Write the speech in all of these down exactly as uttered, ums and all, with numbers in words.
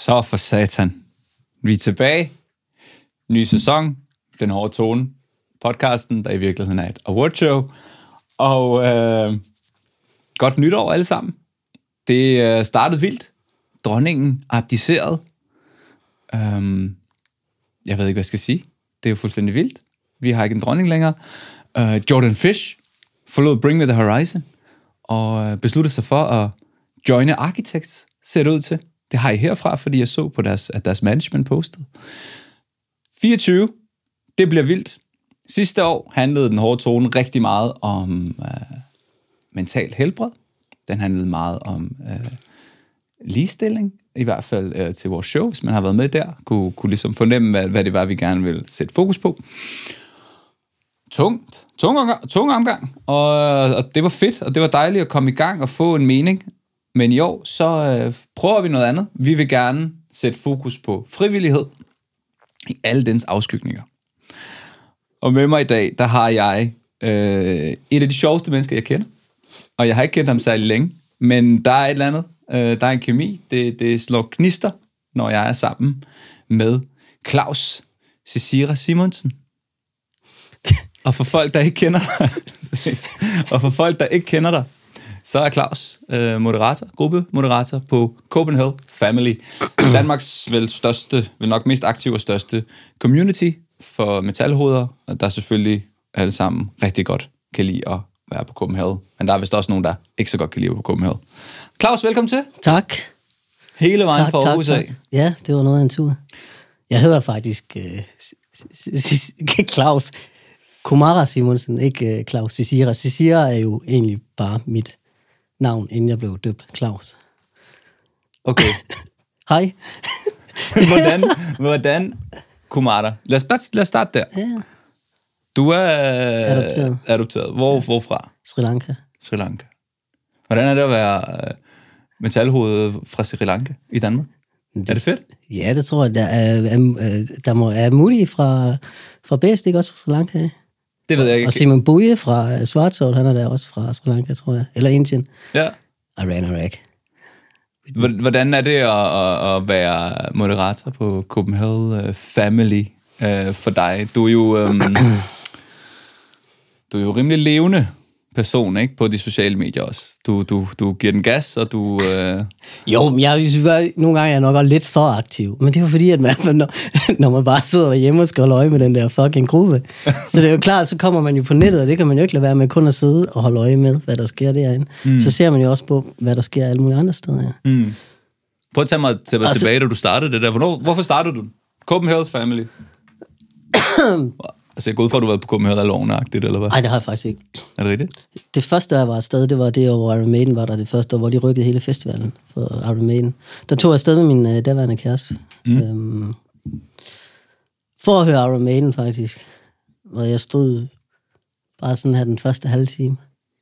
Så for satan. Vi er tilbage. Ny sæson. Den hårde tone. Podcasten, der i virkeligheden er et awardshow. Og øh, godt nytår alle sammen. Det øh, startede vildt. Dronningen abdicerede. Um, jeg ved ikke, hvad jeg skal sige. Det er jo fuldstændig vildt. Vi har ikke en dronning længere. Uh, Jordan Fish forlod Bring Me The Horizon og besluttede sig for at joine Architects, ser det ud til. Det har I herfra, fordi jeg så på deres, at deres management postede. fireogtyve, det bliver vildt. Sidste år handlede den hårde tone rigtig meget om uh, mental helbred. Den handlede meget om uh, ligestilling, i hvert fald uh, til vores show, hvis man har været med der, kunne, kunne ligesom fornemme, hvad, hvad det var, vi gerne ville sætte fokus på. Tungt, tung omgang, tung omgang og, og det var fedt, og det var dejligt at komme i gang og få en mening. Men i år, så øh, prøver vi noget andet. Vi vil gerne sætte fokus på frivillighed i alle dens afskygninger. Og med mig i dag, der har jeg øh, et af de sjoveste mennesker, jeg kender. Og jeg har ikke kendt ham særlig længe, men der er et eller andet. Øh, der er en kemi. Det, det slår gnister, når jeg er sammen med Claus Cicira Simonsen. Og for folk, der ikke kender dig, og for folk, der ikke kender dig, så er Claus øh, moderator, gruppemoderator på Copenhagen Family. Danmarks vel største, vel nok mest aktive og største community for metalhoveder, og der selvfølgelig alle sammen rigtig godt kan lide at være på Copenhagen. Men der er vist også nogen, der ikke så godt kan lide at være på Copenhagen. Claus, velkommen til. Tak. Hele vejen tak, fra Aarhus tak, tak. Ja, det var noget af en tur. Jeg hedder faktisk øh, Claus Kumara Simonsen, ikke Claus Cicira. Cicira er jo egentlig bare mit navn, inden jeg blev døbt Claus. Okay. Hej. hvordan, hvordan Kumara? Lad os, lad os starte der. Ja. Du er adopteret. adopteret. Hvor, hvorfra? Sri Lanka. Sri Lanka. Hvordan er det at være metalhoved fra Sri Lanka i Danmark? Det, er det fedt? Ja, det tror jeg. Der er, er, der må, er muligt fra, fra Best, ikke også fra Sri Lanka? Det ved jeg ikke. Og Simon Buje fra Svartsov, han er der også fra Sri Lanka, tror jeg. Eller Indien. Ja. Iran, Iraq. Hvordan er det at, at være moderator på Copenhagen Family for dig? Du er jo, um, du er jo rimelig levende person, ikke, på de sociale medier også. Du, du, du giver den gas, og du... Uh... Jo, men jeg, nogle gange er jeg nok også lidt for aktiv. Men det er jo fordi, at man, når, når man bare sidder derhjemme og skal holde øje med den der fucking gruppe. Så det er jo klart, så kommer man jo på nettet, og det kan man jo ikke lade være med kun at sidde og holde øje med, hvad der sker derinde. Mm. Så ser man jo også på, hvad der sker alle mulige andre steder. Ja. Mm. Prøv at tage mig til, altså, tilbage, da du startede det der. Hvornår, hvorfor startede du? Copenhagen Family? Altså, jeg går ud fra, at du har været på Copenhagen alle årene-agtigt, eller hvad? Nej, det har jeg faktisk ikke. Er det rigtigt? Det første, jeg var afsted, det var det år, hvor Iron Maiden var der. Det første år, hvor de rykkede hele festivalen for Iron Maiden. Der tog jeg afsted med min uh, daværende kæreste. Mm. Øhm, for at høre Iron Maiden, faktisk. Hvor jeg stod bare sådan her den første halve time.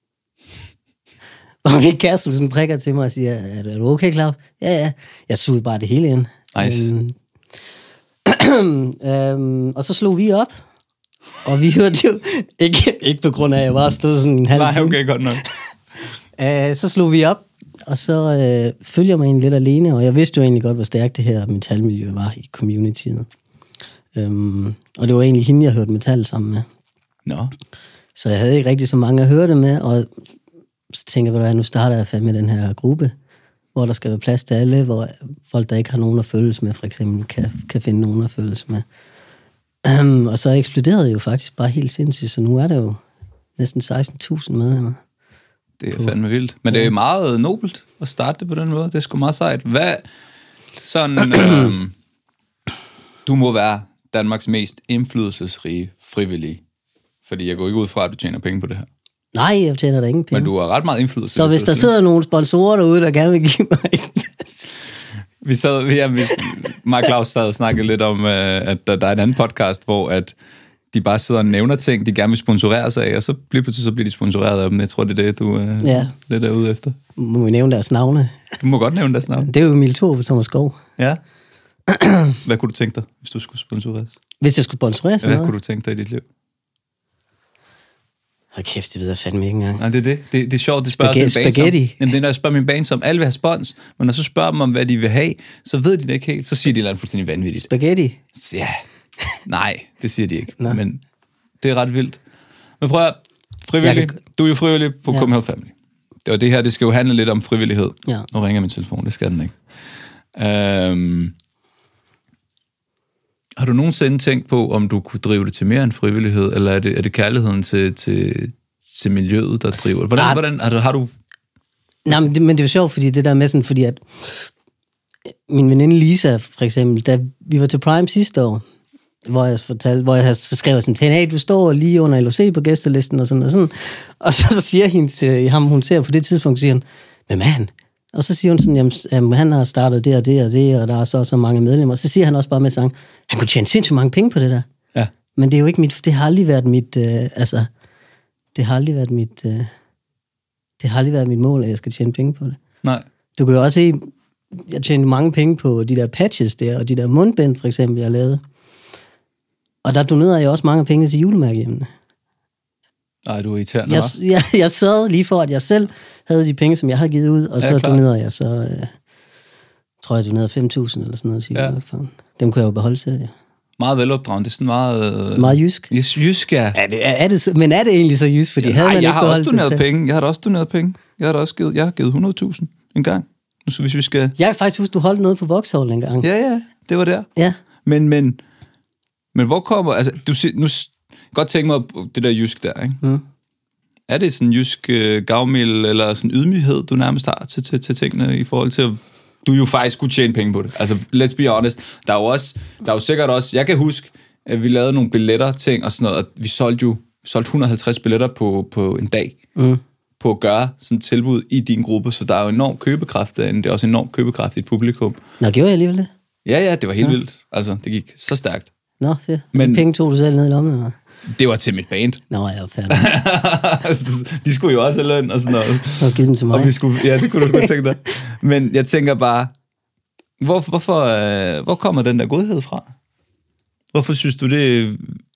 Og min kæreste sådan prikker til mig og siger, er du, er du okay, Claus? Ja, ja. Jeg sugede bare det hele ind. Nice. Øhm, øhm, og så slog vi op. Og vi hørte jo, ikke, ikke på grund af, at jeg bare stod sådan en halv time. Nej, okay, godt nok. uh, så slog vi op, og så uh, følger mig egentlig lidt alene, og jeg vidste jo egentlig godt, hvor stærkt det her metalmiljø var i communityet. Um, og det var egentlig hende, jeg hørte metal sammen med. Nå. Så jeg havde ikke rigtig så mange at høre det med, og så tænker jeg, at nu starter jeg fandme den her gruppe, hvor der skal være plads til alle, hvor folk, der ikke har nogen at følges med, for eksempel, kan, kan finde nogen at følges med. Um, og så eksploderede det jo faktisk bare helt sindssygt, så nu er der jo næsten seksten tusind medlemmer. Det er fandme vildt. Men det er meget nobelt at starte det på den måde. Det er sgu meget sejt. Hvad sådan... øhm, du må være Danmarks mest indflydelsesrige frivillige. Fordi jeg går ikke ud fra, at du tjener penge på det her. Nej, jeg tjener da ingen penge. Men du har ret meget indflydelse. Så hvis der sidder nogle sponsorer derude, der gerne vil give mig... Vi sad, ja, vi, mig og Claus sad og snakkede lidt om, at der, der er en anden podcast, hvor at de bare sidder og nævner ting, de gerne vil sponsorere sig af, og så bliver pludselig så bliver de sponsoreret af dem. Jeg tror, det er det, du er ja. lidt er ude efter. Må vi nævne deres navne? Du må godt nævne deres navne. Det er jo Emil Thorup og Thomas Skov. Ja. Hvad kunne du tænke dig, hvis du skulle sponsoreres? Hvis jeg skulle sponsoreres? Hvad kunne du tænke dig i dit liv? Hold kæft, det ved jeg fandme ikke engang. Nej, det er det. Det, det er sjovt, det spørger Spaghetti. min band Spaghetti. om. Jamen, det er, når jeg spørger min band om, alle vil have spons, men når så spørger dem om, hvad de vil have, så ved de det ikke helt. Så siger de et eller andet fuldstændig vanvittigt. Spaghetti? Ja. Nej, det siger de ikke. Nå. Men det er ret vildt. Men prøv at frivillig. Kan... Du er jo frivillig på ja. Come Health Family. Det var det her, det skal jo handle lidt om frivillighed. Ja. Nu ringer min telefon, det skal den ikke. Øhm... Har du nogensinde tænkt på, om du kunne drive det til mere end frivillighed, eller er det, er det kærligheden til, til, til miljøet, der driver det? Hvordan, Nej. hvordan har du... Har du... Nej, men det, men det er jo sjovt, fordi det der med sådan, fordi at min veninde Lisa, for eksempel, da vi var til Prime sidste år, hvor jeg fortalte, hvor jeg så skrev sådan til hende, hey, du står lige under L O C på gæstelisten og sådan og sådan, og så, så siger hende til ham, hun ser på det tidspunkt, siger hun, men man, og så siger hun sådan, jamen, jamen han har startet det og det og det, og der er så så mange medlemmer, og så siger han også bare med sang, han kunne tjene sindssygt mange penge på det der. Ja. Men det er jo ikke mit, det har aldrig været mit, øh, altså, det har aldrig været mit, øh, det har aldrig været mit mål, at jeg skal tjene penge på det. Nej. Du kan jo også se, jeg tjener mange penge på de der patches der, og de der mundbind, for eksempel, jeg lavede. Og der donerede jeg også mange penge til julemærkehjemmene. Nej, du er irriterende, jeg, jeg, jeg sørgede lige for, at jeg selv havde de penge, som jeg havde givet ud, og så ja, donerede jeg så, øh, tror jeg, donerede fem tusind eller sådan noget. Ja. Dem kunne jeg jo beholde selv, ja. Meget velopdraget, det er sådan meget... Øh... Meget jysk. Yes, jysk, ja. Er det, er det, men er det egentlig så jysk, fordi ja, havde nej, man jeg ikke har også doneret det penge. Jeg har da også doneret penge. Jeg har da også givet, jeg har givet hundrede tusind en gang. Nu så hvis vi skal... Jeg har faktisk huske, du holdt noget på Vauxhall en gang. Ja, ja, det var der. Ja. Men, men, men hvor kommer... Altså, du siger, nu godt tænke mig det der jysk der, ikke? Mm. Er det sådan jysk øh, gavmild eller sådan ydmyghed, du nærmest har til, til, til tingene i forhold til, at du jo faktisk kunne tjene penge på det? Altså, let's be honest. Der er jo også, der er jo sikkert også, jeg kan huske, at vi lavede nogle billetter ting og sådan noget, og vi solgte jo solgte et hundrede og halvtreds billetter på, på en dag, mm. på at gøre sådan et tilbud i din gruppe, så der er jo enorm købekraft derinde. Det er også enorm købekraft i et publikum. Nå, gjorde jeg alligevel det? Ja, ja, det var helt ja. vildt. Altså, det gik så stærkt. Nå, fedt. Men de penge tog du selv ned i lommen, eller? Det var til mit band. Nå, jeg var færdig. De skulle jo også have løn og sådan noget. Og give dem til mig. Og vi skulle, ja, det kunne du godt tænke dig. Men jeg tænker bare, hvor, hvorfor, øh, hvor kommer den der godhed fra? Hvorfor synes du det...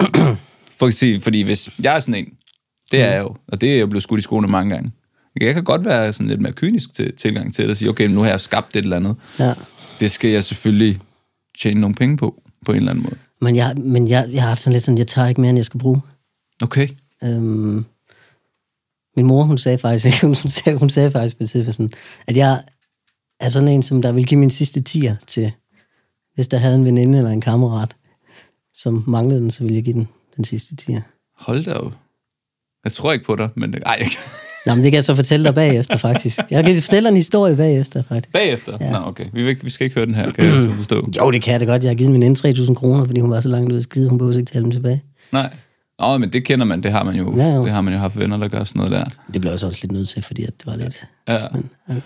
For at sige, fordi hvis jeg er sådan en, det er jeg jo, og det er jeg blevet skudt i skoene mange gange. Jeg kan godt være sådan lidt mere kynisk til tilgang til det, og sige, okay, nu har jeg skabt et eller andet. Ja. Det skal jeg selvfølgelig tjene nogle penge på, på en eller anden måde. Men jeg, men jeg, jeg har sådan lidt sådan, jeg tager ikke mere, end jeg skal bruge. Okay. Øhm, min mor, hun sagde faktisk, hun sagde, hun sagde faktisk på det sådan, at jeg er sådan en, som der vil give min sidste tier til, hvis der havde en veninde eller en kammerat, som manglede den, så ville jeg give den den sidste tier. Hold da jo. Jeg tror ikke på dig, men ej, ikke. Nå, men det kan jeg så fortælle dig bagefter, faktisk. Jeg kan fortælle en historie bagefter, faktisk. Bagefter? Ja. Nå, okay. Vi, vil, vi skal ikke høre den her, kan jeg så forstå. Jo, det kan jeg da godt. Jeg har givet min veninde tre tusind kroner, fordi hun var så langt ud af skide, hun behøver ikke tale dem tilbage. Nej. Nå, men det kender man, det har man jo, ja, jo. Det har man jo haft venner, der gør sådan noget der. Det blev jeg så også lidt nødt til, fordi at det var lidt... Ja. Men, ja.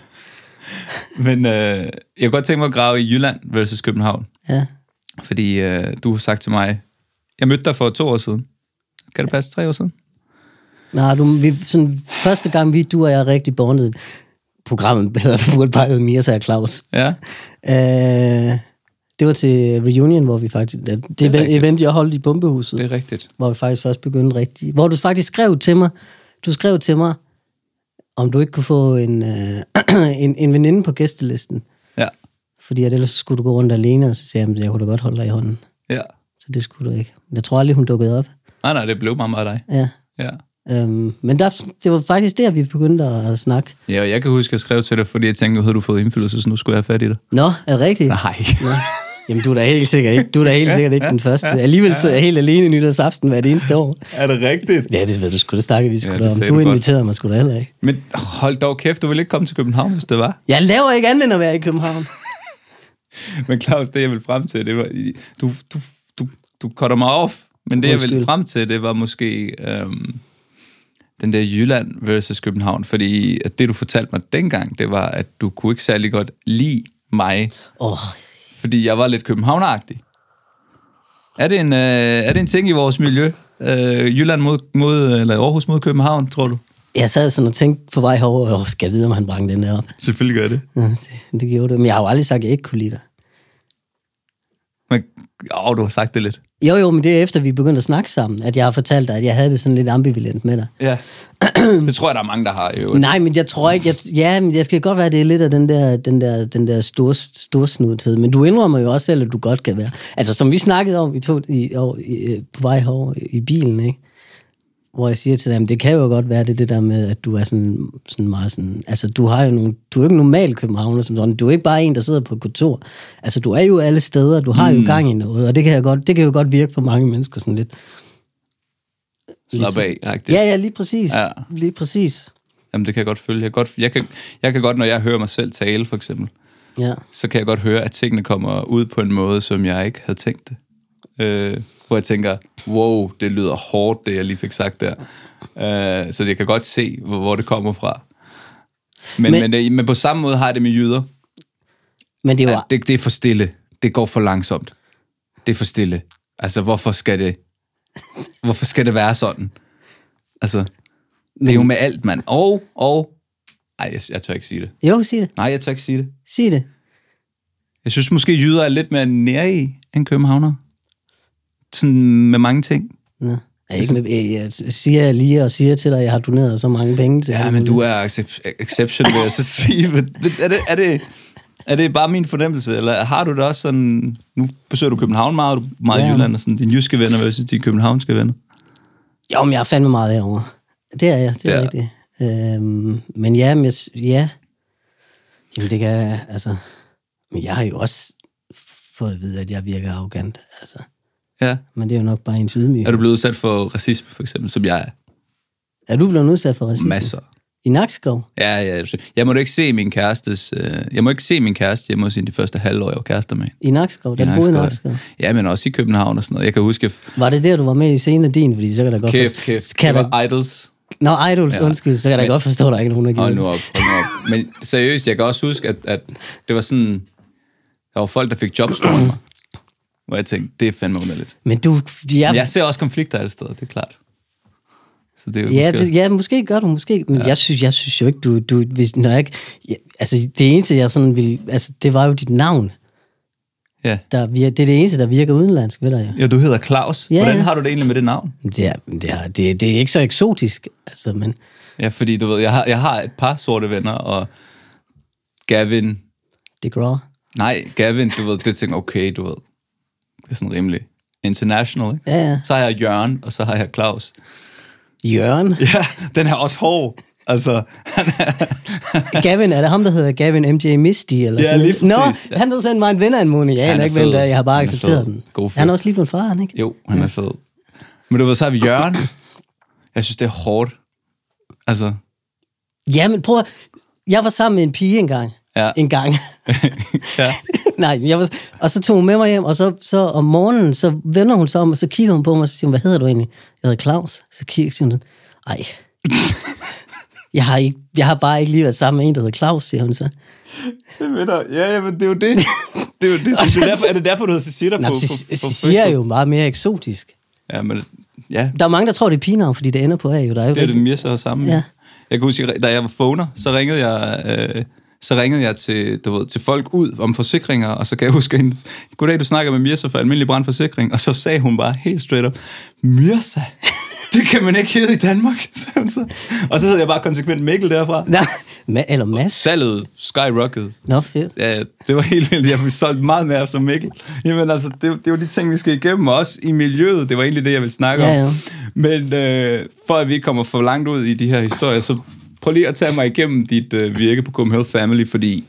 men øh, jeg kunne godt tænke mig at grave i Jylland versus København. Ja. Fordi øh, du har sagt til mig, jeg mødte dig for to år siden. Kan det passe? Tre år siden? Nej, du, vi, sådan, første gang vi, du og jeg rigtig bondet, programmet hedder Woodpile, Mirza og Claus. Ja. Øh, det var til reunion, hvor vi faktisk, det, det, det event, event, jeg holdt i Bombehuset. Det er rigtigt. Hvor vi faktisk først begyndte rigtig, hvor du faktisk skrev til mig, du skrev til mig, om du ikke kunne få en, øh, en, en veninde på gæstelisten. Ja. Fordi at ellers skulle du gå rundt alene, og så sagde jeg, at jeg kunne da godt holde dig i hånden. Ja. Så det skulle du ikke. Jeg tror aldrig, hun dukkede op. Nej, nej, det blev meget meget dig. Ja. Ja. Øhm, men der, det var faktisk der, vi begyndte at snakke. Ja, og jeg kan huske, at jeg skrev til dig, fordi jeg tænkte, nu havde du fået indflydelse, så nu skulle jeg have fat i dig. Nå, er det rigtigt? Nej. Nå. Jamen, du er da helt sikkert ikke, du er da helt sikkert ikke den første. Alligevel så er jeg helt alene i nytårsaften hver eneste år. Er det rigtigt? Ja, det ved du sgu da snakke, vi skulle ja, om. Du inviterede mig sgu da heller ikke. Men hold dog kæft, du ville ikke komme til København, hvis det var. Jeg laver ikke andet end at være i København. Men Claus, det jeg ville frem til, det var, du, du, du, du cutter mig off, men det jeg ville frem til, det var måske øhm, den der Jylland versus København, fordi at det du fortalte mig dengang, det var, at du kunne ikke særlig godt lide mig, oh. fordi jeg var lidt københavneragtig. Er det en, øh, er det en ting i vores miljø? Øh, Jylland mod, mod, eller Aarhus mod København, tror du? Jeg sad sådan og tænkte på vej herover, og skal jeg vide, om han bragte den der op. Selvfølgelig gør det. Ja, det. Det gjorde det, men jeg har jo aldrig sagt, at jeg ikke kunne lide dig. Men Jo, du har sagt det lidt. Jo, jo, men det er efter, vi begyndte at snakke sammen, at jeg har fortalt dig, at jeg havde det sådan lidt ambivalent med dig. Ja, det tror jeg, der er mange, der har. Jo. Nej, men jeg tror ikke, jeg, ja, men det kan godt være, at det er lidt af den der, den der, den der store, storsnudhed, men du indrømmer jo også selv, at du godt kan være. Altså, som vi snakkede om, vi tog i, i, på vej herover i bilen, ikke? Hvor jeg siger til dem, det kan jo godt være det, det der med, at du er sådan, sådan meget sådan, altså du har jo nogle, du er jo ikke normal københavner som sådan, du er ikke bare en, der sidder på et kontor. Altså du er jo alle steder, du har mm. jo gang i noget, og det kan, jeg godt, det kan jo godt virke for mange mennesker sådan lidt. Slap af, rigtigt. Ja, ja, lige præcis. Ja. Lige præcis. Jamen det kan jeg godt følge. Jeg kan godt, jeg kan, jeg kan godt, når jeg hører mig selv tale for eksempel, ja. Så kan jeg godt høre, at tingene kommer ud på en måde, som jeg ikke havde tænkt det. Øh, hvor jeg tænker, wow, det lyder hårdt, det jeg lige fik sagt der. Øh, så jeg kan godt se, hvor, hvor det kommer fra. Men, men, men, det, men på samme måde har jeg det med jyder. Men det er jo... Det, det er for stille. Det går for langsomt. Det er for stille. Altså, hvorfor skal det... Hvorfor skal det være sådan? Altså, men, det er jo med alt, mand. Og, og... Ej, jeg, jeg tør ikke sige det. Jo, sig det. Nej, jeg tør ikke sige det. Sig det. Jeg synes måske, jyder er lidt mere nære i end københavner. Sådan med mange ting. Nå. Jeg, ikke med, jeg siger jeg lige og siger til dig, at jeg har doneret så mange penge til. Ja, men du er exception, vil jeg så sige. Er det, er, det, er det bare min fornemmelse, eller har du det også sådan... Nu besøger du København meget, og du meget ja. Jylland, og sådan dine jyske venner versus de københavnske venner. Jo, men jeg er fandme meget herovre. Det er jeg, det er ja. rigtigt. Øhm, men ja, men jeg, ja... Jamen det kan altså... Men jeg har jo også fået at vide, at jeg virker arrogant, altså... Ja. Men det er jo nok bare en ydmyghed. Er du blevet udsat for racisme, for eksempel, som jeg er? Er du blevet udsat for racisme? Masser. I Nakskov? Ja, ja. Jeg må ikke se min kærestes... Øh, jeg må ikke se min kæreste hjemme hos hende de første halvår, jeg var kærester med. I Nakskov? Der boede i Nakskov? Ja, men også i København og sådan noget. Jeg kan huske... Var det der, du var med i scenen af din? Fordi så kan der godt kæft, kæft. Det var der... Idols. Nå, Idols, ja. Undskyld. Så kan der men... godt forstå, at der er ikke nogen, der giver. Hold nu op, hold nu op. Men seriøst, jeg kan også huske, at, at det var sådan... Der var folk, der fik jobs for mig. Hvor jeg tænkte, det er fandme underligt. Men du... Ja. Men jeg ser også konflikter alle steder, det er klart. Så det er jo ja, måske... Det, ja, måske gør du, måske. Men ja. jeg, synes, jeg synes jo ikke, du... du hvis, når jeg, ja, altså, det eneste, jeg sådan ville... Altså, det var jo dit navn. Ja. Der, det er det eneste, der virker udenlandsk, ved du jo. Ja, du hedder Claus. Ja, Hvordan ja. har du det egentlig med det navn? Det er, det er, det er, det er ikke så eksotisk, altså, men... Ja, fordi du ved, jeg har, jeg har et par sorte venner, og Gavin... Det grå. Nej, Gavin, du ved, det tænker, okay, du ved... Det er sådan rimelig international, ikke? Ja, ja. Så har jeg Jørgen, og så har jeg Claus. Jørgen? Ja, den er også hård. Altså, Gavin, er det ham, der hedder Gavin M J Misty? Eller ja, sådan? lige præcis. Nå, han har sendt mig en venneranmodning. Ja, jeg er ikke vel der, jeg har bare accepteret den. Han er også lige blevet far, han, ikke? Jo, han er fed. Men du ved, så har vi Jørgen. Jeg synes, det er hårdt. Altså. Ja, men prøv at... Jeg var sammen med en pige engang. Ja. En gang. Ja. Nej, jeg var... og så tog hun med mig hjem, og så, så om morgenen, så vender hun sig om, og så kigger hun på mig, og så siger hun, hvad hedder du egentlig? Jeg hedder Claus. Så kigger hun sådan, ej... Jeg har, ikke, jeg har bare ikke lige været sammen med en, der hedder Claus, siger hun så. Det ved du. Ja, ja, men det er jo det. Det er jo det. Det er, derfor, er det derfor, du har Cecilia på, på, på Facebook? Cecilia er jo meget mere eksotisk. Ja, men... Ja. Der er mange, der tror, det er pigenavn, fordi det ender på A. Jo. Der er jo det er det Mirza og sammen. Ja. Jeg kan huske, da jeg var phoner, så ringede jeg... Øh, så ringede jeg til, du ved, til folk ud om forsikringer, og så kan jeg huske hende, goddag, du snakker med Mirza for almindelig brandforsikring, og så sagde hun bare helt straight up, Mirza, det kan man ikke hedde i Danmark. Og så hed jeg bare konsekvent Mikkel derfra. Nå, eller Mads. Salget skyrocket. Nå, fedt. Ja, det var helt vildt. Jeg blev solgt meget mere som Mikkel. Jamen altså, det, det var de ting, vi skal igennem, også i miljøet. Det var egentlig det, jeg ville snakke ja, ja. om. Men øh, for at vi ikke kommer for langt ud i de her historier, så prøv lige at tage mig igennem dit øh, virke på Copenhagen Health Family, fordi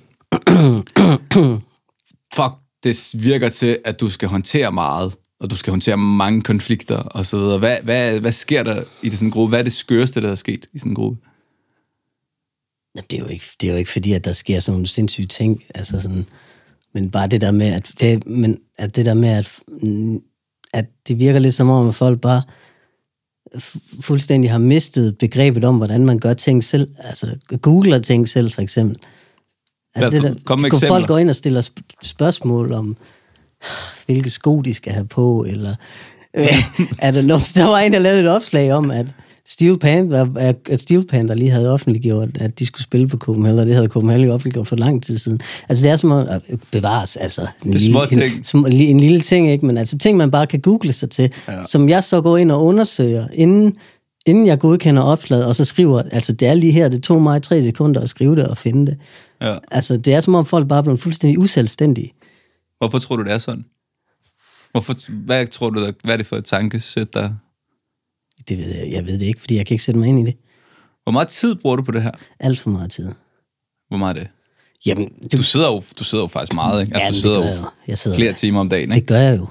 fuck, det virker til, at du skal håndtere meget, og du skal håndtere mange konflikter, og så videre. Hvad, hvad, hvad sker der i det sådan en gruppe? Hvad er det skørste, der er sket i sådan en gruppe? Det er jo ikke, det er jo ikke fordi, at der sker sådan nogle sindssyge ting, altså sådan, men bare det der med, at det, men at det der med, at, at det virker lidt som om, at folk bare fuldstændig har mistet begrebet om, hvordan man gør ting selv. Altså, googler ting selv, for eksempel. Altså, det der, Kom med kunne folk gå ind og stille sp- spørgsmål om, hvilke sko de skal have på, eller... er der noget, der var en, der lavede et opslag om, at Steel Panther, at Steel Panther lige havde offentliggjort, at de skulle spille på Copenhagen, og det havde Copenhagen jo offentliggjort for lang tid siden. Altså det er som at bevares, altså en, det lille, ting. En, som, en lille ting, ikke? Men altså ting, man bare kan google sig til, ja. Som jeg så går ind og undersøger, inden, inden jeg godkender opslaget, og så skriver, altså det er lige her, det tog mig tre sekunder at skrive det og finde det. Ja. Altså det er som om folk bare er blevet fuldstændig uselvstændige. Hvorfor tror du, det er sådan? Hvorfor, hvad tror du, hvad er det for et tankesæt, der... Det ved jeg, jeg ved det ikke, fordi jeg kan ikke sætte mig ind i det. Hvor meget tid bruger du på det her? Alt for meget tid. Hvor meget er det? Jamen, du, du, sidder jo, du sidder jo faktisk meget, ikke? Altså, ja, du sidder jo jeg sidder flere timer om dagen, ikke? Det gør jeg jo.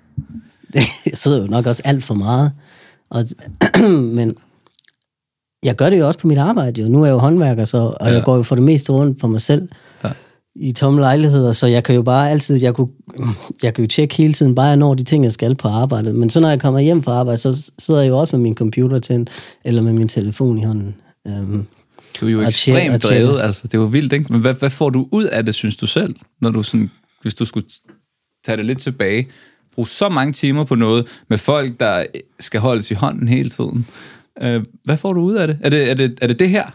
Jeg sidder jo nok også alt for meget. Og, men jeg gør det jo også på mit arbejde, jo. Nu er jeg jo håndværker, så, og ja. Jeg går jo for det meste rundt på mig selv. Ja. I tomme lejligheder, så jeg kan jo bare altid, jeg, kunne, jeg kan jo tjekke hele tiden, bare jeg når de ting, jeg skal på arbejdet. Men så når jeg kommer hjem fra arbejde, så sidder jeg jo også med min computer tændt, eller med min telefon i hånden. Um, du er jo ekstremt drevet, altså det er jo vildt, ikke? Men hvad, hvad får du ud af det, synes du selv, når du sådan, hvis du skulle tage det lidt tilbage, bruge så mange timer på noget, med folk, der skal holdes i hånden hele tiden. Uh, hvad får du ud af det? Er det er det, er det, det her?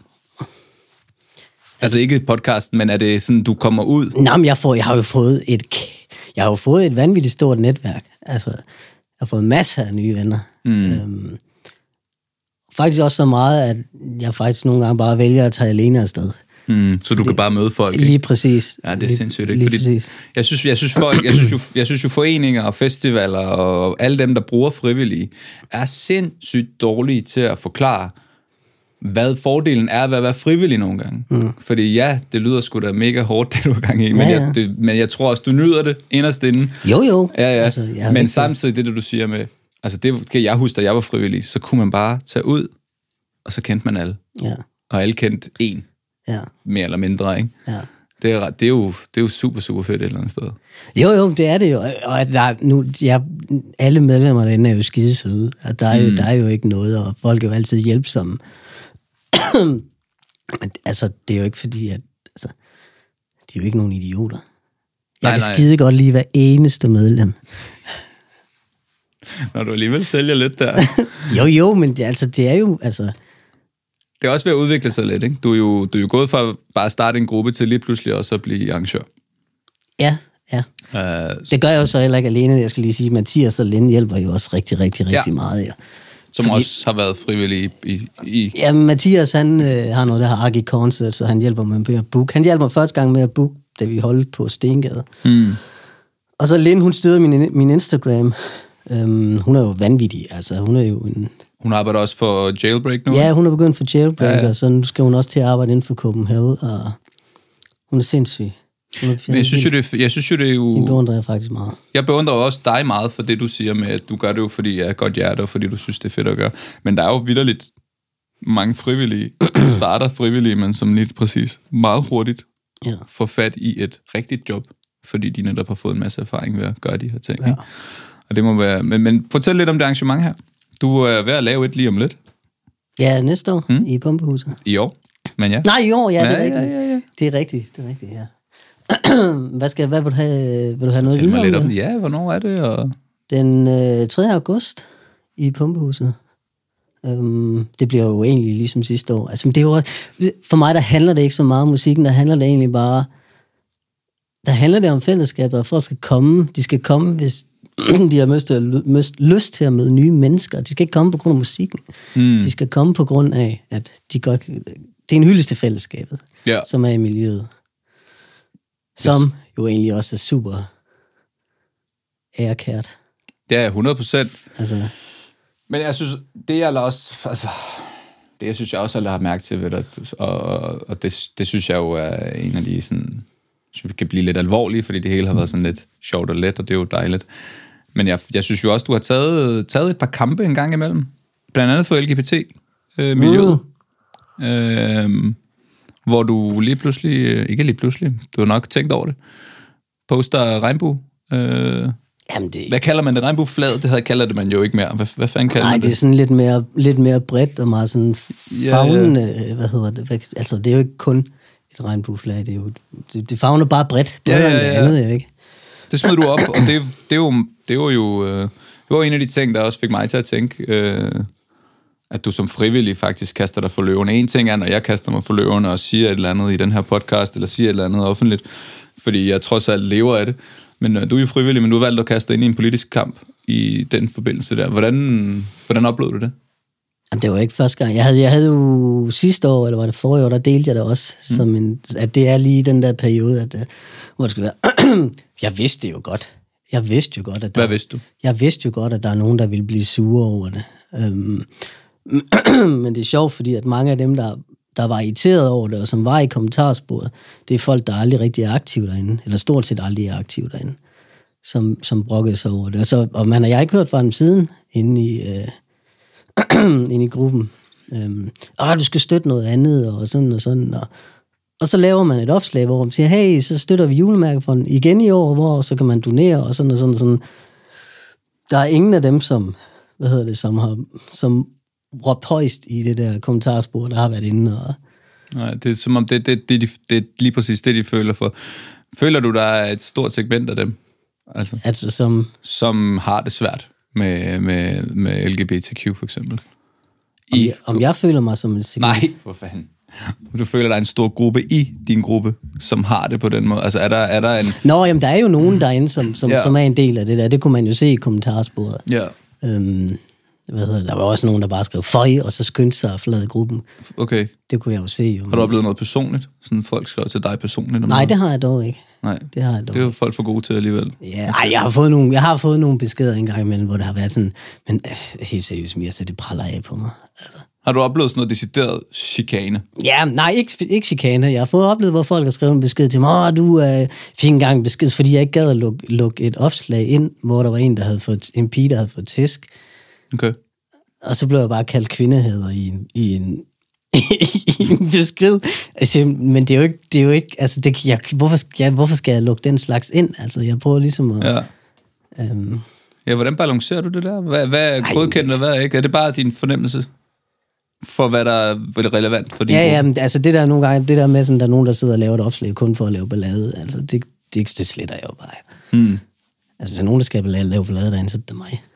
Altså ikke podcasten, men er det sådan, du kommer ud? Nej, men jeg, får, jeg har jo fået et, jeg har jo fået et vanvittigt stort netværk. Altså, jeg har fået masser af nye venner. Mm. Øhm, faktisk også så meget, at jeg faktisk nogle gange bare vælger at tage alene afsted. Mm, så du fordi, kan bare møde folk, ikke? Lige præcis. Ja, det er lige, sindssygt, ikke? Fordi præcis. Jeg synes, jeg synes folk, jeg synes jo, jeg synes jo foreninger og festivaler og alle dem, der bruger frivillige, er sindssygt dårlige til at forklare, hvad fordelen er ved at være frivillig nogle gange. Mm. Fordi ja, det lyder sgu da mega hårdt, det du er gang i, men, ja, ja. Jeg, det, men jeg tror også, du nyder det inderst inde. Jo, jo. Ja, ja. Altså, men samtidig det, du siger med, altså det kan jeg huske, da jeg var frivillig, så kunne man bare tage ud, og så kendte man alle. Ja. Og alle kendte en. Ja. Mere eller mindre, ikke? Ja. Det er, det, er jo, det er jo super, super fedt et eller andet sted. Jo, jo, det er det jo. Og at der, nu, ja, alle medlemmer derinde er jo skide søde. Og der er, jo, mm. der er jo ikke noget, og folk er jo altid hjælpsomme. Altså, det er jo ikke fordi, at altså, de er jo ikke nogen idioter. Jeg nej, kan nej. skide godt lide hver eneste medlem. Når du alligevel sælger lidt der. jo, jo, men det, altså, det er jo, altså... Det er også ved at udvikle sig lidt, ikke? Du er jo, du er jo gået fra bare at starte en gruppe til lige pludselig også at blive arrangør. Ja, ja. Uh, det gør jeg jo så heller ikke alene. Jeg skal lige sige, Mathias og Linde hjælper jo også rigtig, rigtig, rigtig ja. meget, ja. Som Fordi, også har været frivillig i... i... Ja, Mathias, han øh, har noget, der har Argi Concert, så han hjælper mig med at booke. Han hjælper mig første gang med at booke, da vi holdt på Stengade. Mm. Og så Linde, hun styrede min, min Instagram. Um, hun er jo vanvittig, altså hun er jo en... Hun arbejder også for Jailbreak nu? Ja, hun er begyndt for Jailbreak, ja, ja. Og så nu skal hun også til at arbejde inden for Copenhagen, og hun er sindssyg. Hun er Men jeg synes, jo, det, jeg synes jo, det er jo... Det beundrer jeg faktisk meget. Jeg beundrer også dig meget for det, du siger med, at du gør det jo, fordi jeg er godt hjerte, og fordi du synes, det er fedt at gøre. Men der er jo vitterligt mange frivillige, der starter frivillige, men som lidt præcis meget hurtigt ja. får fat i et rigtigt job, fordi de netop har fået en masse erfaring ved at gøre de her ting. Ja. Og det må være... Men, men fortæl lidt om det arrangement her. Du er ved at lave et lige om lidt. Ja, næste år hmm? i Pumpehuset. I år? Men ja. Nej, i år, ja, det er ja, rigtigt. Ja, ja, ja. Det er rigtigt, det er rigtigt, ja. hvad, skal, hvad vil du have, vil du have noget videre lidt om? Ja, hvornår er det? Og... Den øh, tredje august i Pumpehuset. Um, det bliver jo egentlig ligesom sidste år. Altså, det er jo, for mig, der handler det ikke så meget om musikken, der handler det egentlig bare... Der handler det om fællesskabet, og folk skal komme. De skal komme, hvis de har lyst til, at, lyst til at møde nye mennesker. De skal ikke komme på grund af musikken. Mm. De skal komme på grund af, at de godt... Det er en hyldest til fællesskabet, ja. Som er i miljøet. Som yes. jo egentlig også er super ærekært. Det er hundrede procent. Altså... Men jeg synes, det jeg også... Altså, det jeg synes jeg også, jeg har mærke til ved det, og, og det, det synes jeg jo er en af de sådan... Så vi kan blive lidt alvorlige, fordi det hele har været sådan lidt sjovt og let, og det er jo dejligt. Men jeg, jeg synes jo også, du har taget, taget et par kampe en gang imellem. Blandt andet for L G B T-miljøet. Mm. Øh, hvor du lige pludselig, ikke lige pludselig, du har nok tænkt over det, poster regnbue. Øh, Jamen det... Hvad kalder man det? Regnbueflaget? Det havde kalder det man jo ikke mere. Hvad, hvad fanden kalder Nej, man det? Nej, det er sådan lidt mere, lidt mere bredt og meget sådan fagnende, ja, ja. Hvad hedder det? Altså, det er jo ikke kun et regnbueflag, det er jo, det, det favner bare bredt. Ja, ja, ja. Det andet, jeg ikke. Det smed du op, og det, det, er jo, det var jo øh, det var en af de ting, der også fik mig til at tænke, øh, at du som frivillig faktisk kaster dig for løven. En ting er, når jeg kaster mig for løven og siger et eller andet i den her podcast, eller siger et eller andet offentligt, fordi jeg trods alt lever af det. Men du er jo frivillig, men du har valgt at kaste dig ind i en politisk kamp i den forbindelse der. Hvordan, hvordan oplevede du det? Jamen, det var ikke første gang. Jeg havde, jeg havde jo sidste år, eller var det forrige år, der delte jeg det også, mm. som en, at det er lige den der periode, at, hvor det skal være. Jeg vidste det jo godt. Jeg vidste jo godt, at der, Hvad vidste du? Jeg vidste jo godt, at der er nogen, der ville blive sure over det. Øhm, men det er sjovt, fordi at mange af dem, der, der var irriteret over det, og som var i kommentarsporet, det er folk, der aldrig rigtig er aktive derinde, eller stort set aldrig er aktive derinde, som, som brokkede sig over det. Og, så, og man har jeg ikke hørt fra dem siden, inde i, øh, inde i gruppen. Øhm, Åh, du skal støtte noget andet, og sådan og sådan, og Og så laver man et opslag, hvor man siger, hey, så støtter vi Julemærkefonden igen i år, hvor så kan man donere, og sådan og sådan og sådan. Der er ingen af dem, som, hvad hedder det, som har som råbt højst i det der kommentarspor, der har været inde. Og... Nej, det er som om, det, det, det, det, det er lige præcis det, de føler for. Føler du, der er et stort segment af dem? Altså, altså som... som har det svært med, med, med L G B T Q for eksempel? Om, I... jeg, om jeg føler mig som et segment? Nej, for fanden. Du føler, der er en stor gruppe i din gruppe, som har det på den måde? Altså, er der, er der en... Nå, jamen, der er jo nogen derinde, som, som, ja. som er en del af det der. Det kunne man jo se i kommentarsporet. Ja. Øhm, hvad hedder det? Der var også nogen, der bare skrev føj, og så skyndte sig at forlade gruppen. Okay. Det kunne jeg jo se. Jo. Har du oplevet noget personligt? Sådan folk skrev til dig personligt? Nej, noget? Det har jeg dog ikke. Nej, det har jeg dog det er jo folk for gode til alligevel. Ja, ej, jeg har fået nogle, jeg har fået nogle beskeder engang imellem, hvor det har været sådan, men øh, helt seriøst, Mirza, det praller af på mig. Altså. Har du oplevet sådan noget decideret chikane? Ja, nej, ikke, ikke chikane. Jeg har fået oplevet, hvor folk har skrevet en besked til mig, åh, du øh, fik engang besked, fordi jeg ikke gad at lukke, lukke et opslag ind, hvor der var en, der havde fået, en pige, der havde fået tæsk. Okay. Og så blev jeg bare kaldt kvindehader i en, i en, i en besked. Altså, men det er jo ikke, det er jo ikke altså, det, jeg, hvorfor, skal jeg, hvorfor skal jeg lukke den slags ind? Altså, jeg prøver ligesom at... Ja. Øhm, ja, hvordan balancerer du det der? Hvad, hvad er godkendt og hvad er ikke? Er det bare din fornemmelse for, hvad der er relevant for din ja, gruppe? Ja, altså det der nogle gange, det der med, sådan, der er nogen, der sidder og laver et opslag kun for at lave ballade, altså det, det, det sletter jeg jo bare. Hmm. Altså hvis der er nogen, der skal lave ballade derinde, så er det mig.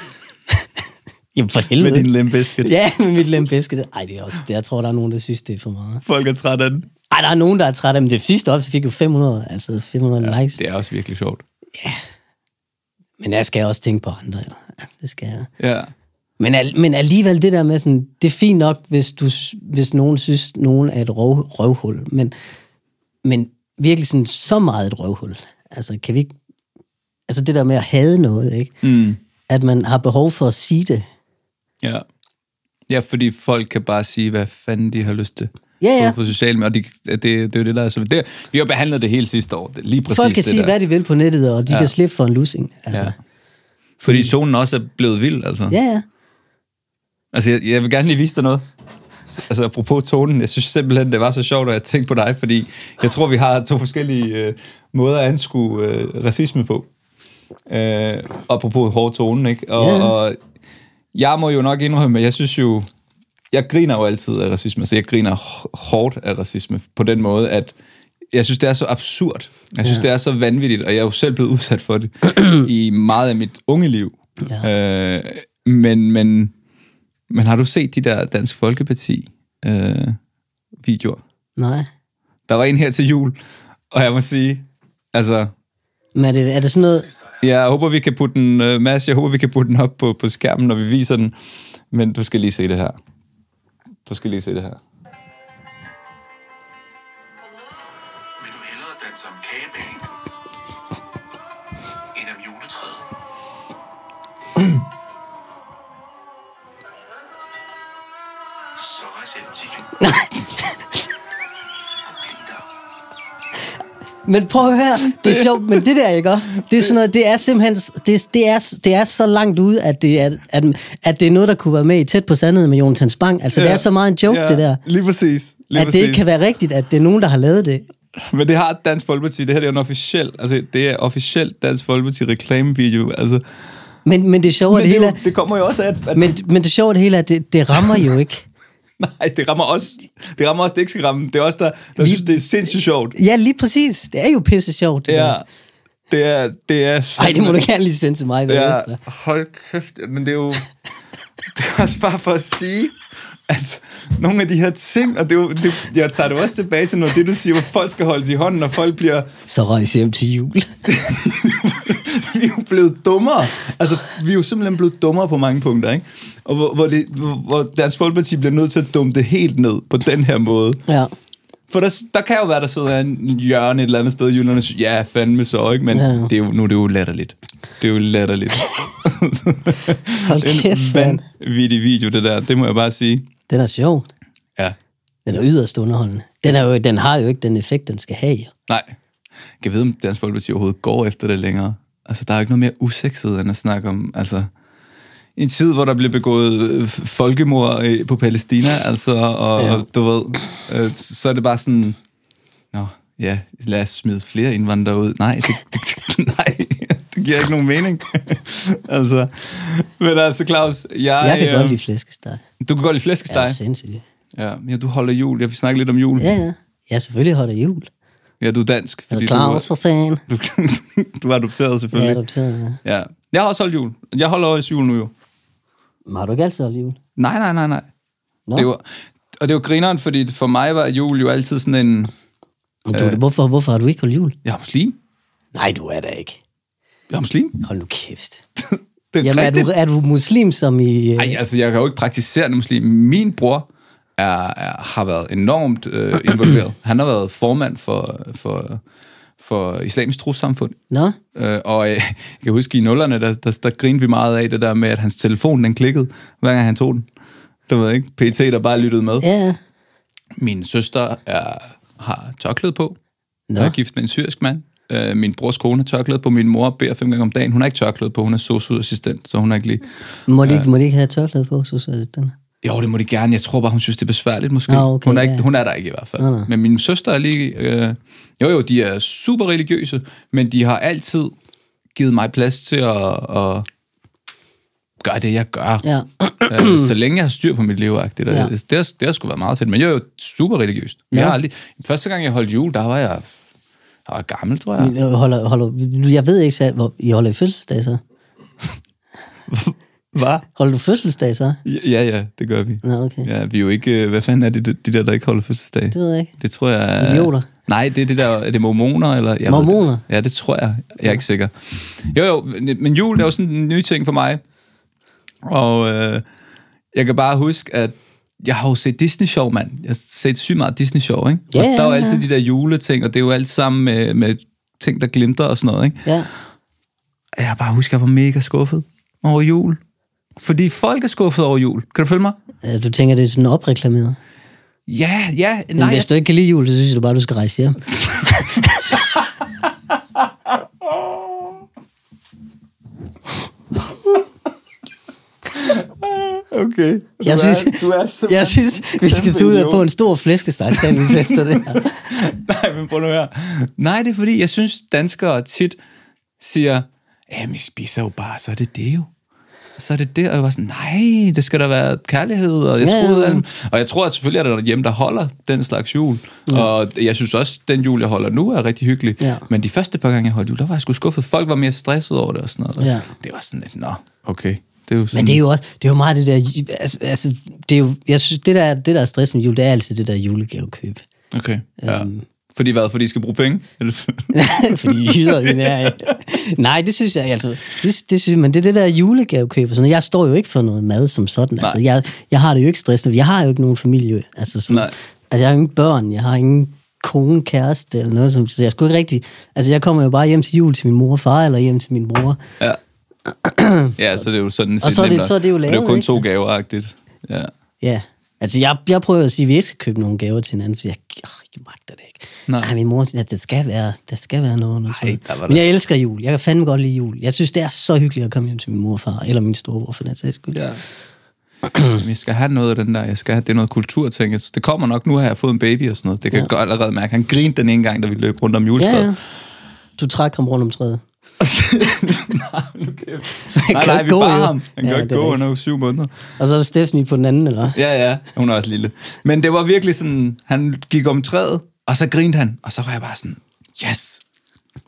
Jamen for helvede. Med din Limp Bizkit. Ja, med mit Limp Bizkit. Ej, det er også, det, jeg tror, der er nogen, der synes, det er for meget. Folk er træt af den. Ej, der er nogen, der er træt af dem. Det sidste op, så fik jo fem hundrede, altså fem hundrede ja, likes. Det er også virkelig sjovt. Ja. Men jeg skal også tænke på andre, jo. Ja, det skal jeg. Ja. Men, al- men alligevel det der med sådan, det er fint nok, hvis, du, hvis nogen synes, nogen er et røv, røvhul, men, men virkelig sådan så meget et røvhul. Altså, kan vi ikke... Altså det der med at hade noget, ikke? Mm. At man har behov for at sige det. Ja. Ja, fordi folk kan bare sige, hvad fanden de har lyst til. Ja, ja. På, på sociale medier, og de, det, det er jo det, der er så... Det, vi har behandlet det hele sidste år, det, lige præcis folk kan det sige, der. hvad de vil på nettet, og de ja. kan slippe for en lussing. Altså. Ja. Fordi zonen også er blevet vild, altså. Ja, ja. Altså, jeg, jeg vil gerne lige vise dig noget. Altså, apropos tonen, jeg synes simpelthen, det var så sjovt, at jeg tænkte på dig, fordi jeg tror, vi har to forskellige øh, måder at anskue øh, racisme på. Øh, apropos hård tonen, ikke? Og, yeah. og jeg må jo nok indrømme, jeg synes jo, jeg griner jo altid af racisme, så jeg griner hårdt af racisme på den måde, at jeg synes, det er så absurd. Jeg synes, yeah. det er så vanvittigt, og jeg er jo selv blevet udsat for det i meget af mit unge liv. Yeah. Øh, men, men, men har du set de der Dansk Folkeparti øh, videoer? Nej. Der var en her til jul, og jeg må sige, altså... Men er det, er det sådan noget... Ja, jeg håber, vi kan putte den, uh, Mads, jeg håber, vi kan putte den op på, på skærmen, når vi viser den. Men du skal lige se det her. Du skal lige se det her. Vil du hellere danse om kagebanen end om juletræet? Så rejs hjem til jul. Men prøv at høre, det er sjovt, men det der, ikke? Det er sådan noget, det er simpelthen, det, det, er, det er så langt ude, at det er, at, at det er noget, der kunne være med i Tæt på Sandheden med Jonathan Spang. Altså, ja, det er så meget en joke, ja, det der. Lige præcis. Lige at præcis. det ikke kan være rigtigt, at det er nogen, der har lavet det. Men det har Dansk Folkeparti, det her det er en officiel, altså det er officielt Dansk Folkeparti reklamevideo, altså. Men, men det sjove men det, det hele... det kommer jo også af, at... Men, men det sjove det hele er, at det, det rammer jo ikke. Nej, det rammer også, det rammer også, det ikke skal ramme. Det er også der, der Vi, synes, det er sindssygt sjovt. Ja, lige præcis. Det er jo pisse sjovt, det ja, der. det er... det er Ej, det må du gerne lige sende til mig. Ja, hold kæft, men det er jo... det er også bare for at sige, at nogle af de her ting, og det er jo, det, jeg tager det også tilbage til noget af det, du siger, hvor folk skal holdes i hånden, og folk bliver... Så rejse hjem til jul. vi er jo blevet dummere. Altså, vi er jo simpelthen blevet dummere på mange punkter, ikke? Og hvor, hvor, det, hvor, hvor Dansk Folkeparti bliver nødt til at dumme det helt ned på den her måde. Ja. For der, der kan jo være, der sidder en hjørne et eller andet sted i jylland og siger, ja, fandme så, ikke? Men ja. det er jo, nu er det jo latterligt. Det er jo latterligt. Hold kæft, en vanvittig video, det der. Det må jeg bare sige. Den er sjov. Ja. Den er yderst underholdende. Den, er jo, den har jo ikke den effekt, den skal have. Nej. Jeg ved, om Dansk Folkeparti overhovedet går efter det længere. Altså, der er jo ikke noget mere usekset, end at snakke om, altså... I en tid, hvor der bliver begået folkemord på Palæstina, altså, og, ja. og du ved, øh, så er det bare sådan, nå, ja, lad os smide flere indvandrere ud. Nej, det, det, nej, det giver ikke nogen mening. altså, men altså, Claus, jeg... Jeg kan øh, godt lide flæskesteg. Du kan godt lide flæskesteg? Ja, sindssygt. Ja, ja, du holder jul. Jeg vil snakke lidt om jul. Ja, ja. Jeg selvfølgelig holder jul. Ja, du er dansk. Er du klar også for fan? Du, du er adopteret, selvfølgelig. Ja, adopteret, ja. ja. Jeg har også holdt jul. Jeg holder også jul nu, jo. Men har du ikke altid holdt jul? Nej, nej, nej, nej. No. Det var, og det var grineren, fordi for mig var jul jo altid sådan en... Du, øh, hvorfor, hvorfor har du ikke holdt jul? Jeg er muslim. Nej, du er da ikke. Jeg er muslim. Hold nu kæft. det er, Jamen, er, du, er du muslim som i... Nej, øh... altså jeg kan jo ikke praktisere muslim. Min bror er, er, har været enormt øh, involveret. Han har været formand for... for for Islamisk Trossamfund. Nå? Øh, og øh, jeg kan huske i nullerne, der, der, der grinede vi meget af det der med, at hans telefon, den klikkede, hver gang han tog den. Du ved ikke, P T, der bare lyttede med. Ja. Min søster er, har tørklæde på. Nå. Jeg er gift med en syrisk mand. Øh, min brors kone har tørklæde på. Min mor beder fem gange om dagen. Hun har ikke tørklæde på. Hun er sosu-assistent, så hun har ikke lige... Må de ikke, øh, må de ikke have tørklæde på, sosu-assistent? Jo, det må de gerne. Jeg tror bare, hun synes, det er besværligt måske. Ah, okay, hun, er ikke, ja. hun er der ikke i hvert fald. Ah, nej. Men min søster er lige... Øh, jo, jo, de er super religiøse, men de har altid givet mig plads til at, at gøre det, jeg gør. Ja. øh, så længe jeg har styr på mit liv. Det, der, Ja. det, det, har, det har sgu været meget fedt. Men jeg er jo super religiøst. Ja. Jeg har aldrig, første gang, jeg holdt jul, der var jeg, jeg var gammel, tror jeg. Holder, holder, jeg ved ikke selv, hvor I holder i fødselsdag så. Hvad? Holder du fødselsdag så? Ja, ja, det gør vi. Nå, okay. Ja, vi er jo ikke... Hvad fanden er det, de der, der ikke holder fødselsdag? Det ved jeg ikke. Det tror jeg... Er, Idioter? Nej, det er det der... Er det mormoner, eller... Jeg Mormoner? Det. Ja, det tror jeg. Jeg er ikke sikker. Jo, jo, men jul er jo sådan en ny ting for mig. Og øh, jeg kan bare huske, at jeg har jo set Disney-show, mand. Jeg har set sygt meget Disney-show, ikke? Ja, og der er jo ja, altid ja. de der juleting, og det er jo alt sammen med, med ting, der glimter og sådan noget, ikke? Ja. Jeg har bare husket, at jeg var mega skuffet over jul. Fordi folk er skuffet over jul. Kan du følge mig? Ja, du tænker, det er sådan opreklameret? Ja, ja. Men Nej, hvis du ikke kan lide jul, så synes jeg bare, du skal rejse hjem. Okay. Jeg du synes, er, du er jeg synes, vi skal tage ud og få en stor flæskesteg-sandwich efter det her. Nej, men prøv nu her. Nej, det er fordi, jeg synes, danskere tit siger, ja, vi spiser jo bare, så er det det jo. Så er det det, og jeg var sådan, nej, det skal der være kærlighed, og jeg Ja, troede, ja. at, og jeg tror, at selvfølgelig er der hjem, der holder den slags jul, ja. Og jeg synes også, den jul, jeg holder nu, er rigtig hyggelig, Ja. men de første par gange, jeg holdt jul, der var jeg sgu skuffet, folk var mere stresset over det, og sådan noget, Ja. det var sådan lidt, nå, okay, det er jo sådan... Men det er jo også, det er jo meget det der, altså, altså det er jo, jeg synes, det der, det der er stress med jul, det er altid det der julegavekøb. Okay, ja. Øhm. Fordi hvad? Fordi I skal bruge penge? Fordi jyder vi er. Nej, det synes jeg altså. Det, det synes jeg, men det er det der julegavekøb og sådan. Jeg står jo ikke for noget mad som sådan. Altså, jeg, jeg har det jo ikke stressende. Jeg har jo ikke nogen familie. Altså, som, Nej. altså jeg har ingen børn. Jeg har ingen kone, kæreste eller noget som. Så jeg skulle ikke rigtig. Altså jeg kommer jo bare hjem til jul til min mor og far eller hjem til min bror. Ja. Ja, så det er jo sådan. Og så er det, så er det jo lavet. Det er jo kun ikke? to gaver-agtigt. Ja. Ja. Altså, jeg, jeg prøver at sige, at vi ikke skal købe nogle gaver til hinanden, for jeg, øh, jeg magter det ikke. Nej. Nej, min mor siger, at det skal være, der skal være noget. noget Ej, sådan. der var Men der- jeg elsker jul. Jeg kan fandme godt lide jul. Jeg synes, det er så hyggeligt at komme hjem til min mor og far, eller min storebror, for den sags skyld. Ja. Jamen, jeg skal have noget af den der. Jeg skal have, det er noget kulturting. Det kommer nok, nu har jeg fået en baby og sådan noget. Det kan ja. jeg godt allerede mærke. Han grinede den ene gang, da vi løb rundt om juletræet. Ja, ja. Du trækker ham rundt om træet. nej, okay. nej, kan nej, vi gå, bar jo. ham. Han Ja, kan det ikke er gå rigtigt. under syv måneder. Og så er der Stephanie på den anden, eller? Ja, ja. Hun er også lille. Men det var virkelig sådan, han gik om træet, og så grinede han. Og så var jeg bare sådan, yes. Fuck,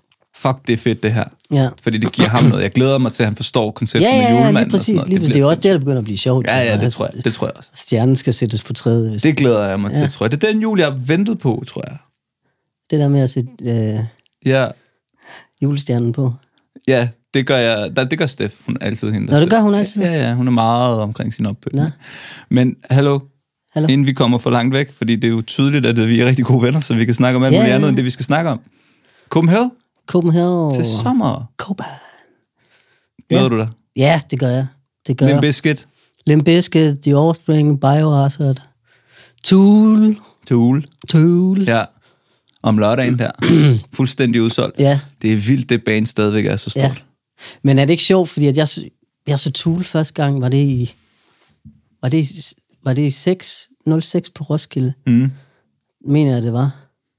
fuck, det er fedt det her. Ja. Fordi det giver ham noget. Jeg glæder mig til, at han forstår konceptet Ja, ja, med ja, julemanden. lige præcis. Og sådan Lige, det, det er jo også det, der begynder at blive sjovt. Ja, ja, det altså, tror jeg, det tror jeg også. Stjernen skal sættes på træet. Hvis Det glæder jeg mig til, Ja. tror jeg. Det er den jul, jeg har ventet på, tror jeg. det der med at sætte øh, Ja, julestjernen på. ja det gør jeg. Der, det gør Steff. Hun er altid hende. der Nå, det sætter- gør hun altid? Ja, ja, hun er meget omkring sin opbygning. Nå. Men hallo, Hallo? inden vi kommer for langt væk, fordi det er jo tydeligt, at vi er rigtig gode venner, så vi kan snakke om alt Ja, muligt ja. andet, end det, vi skal snakke om. Copenhagen Copenhagen. til sommer. Copenhagen. Glæder Ja. du dig? Ja, det gør jeg. Det gør Limp jeg. Bizkit, Limp Bizkit, The Offspring, Biohazard, Tool, Tool. Tool. Ja, om lørdagen der. Fuldstændig udsolgt. Ja. Det er vildt, det band stadigvæk er så stort. Ja. Men er det ikke sjovt, fordi at jeg, så- jeg så Tool første gang, var det i, var det i, var det i seks nul seks på Roskilde? Mm. Mener jeg, det var.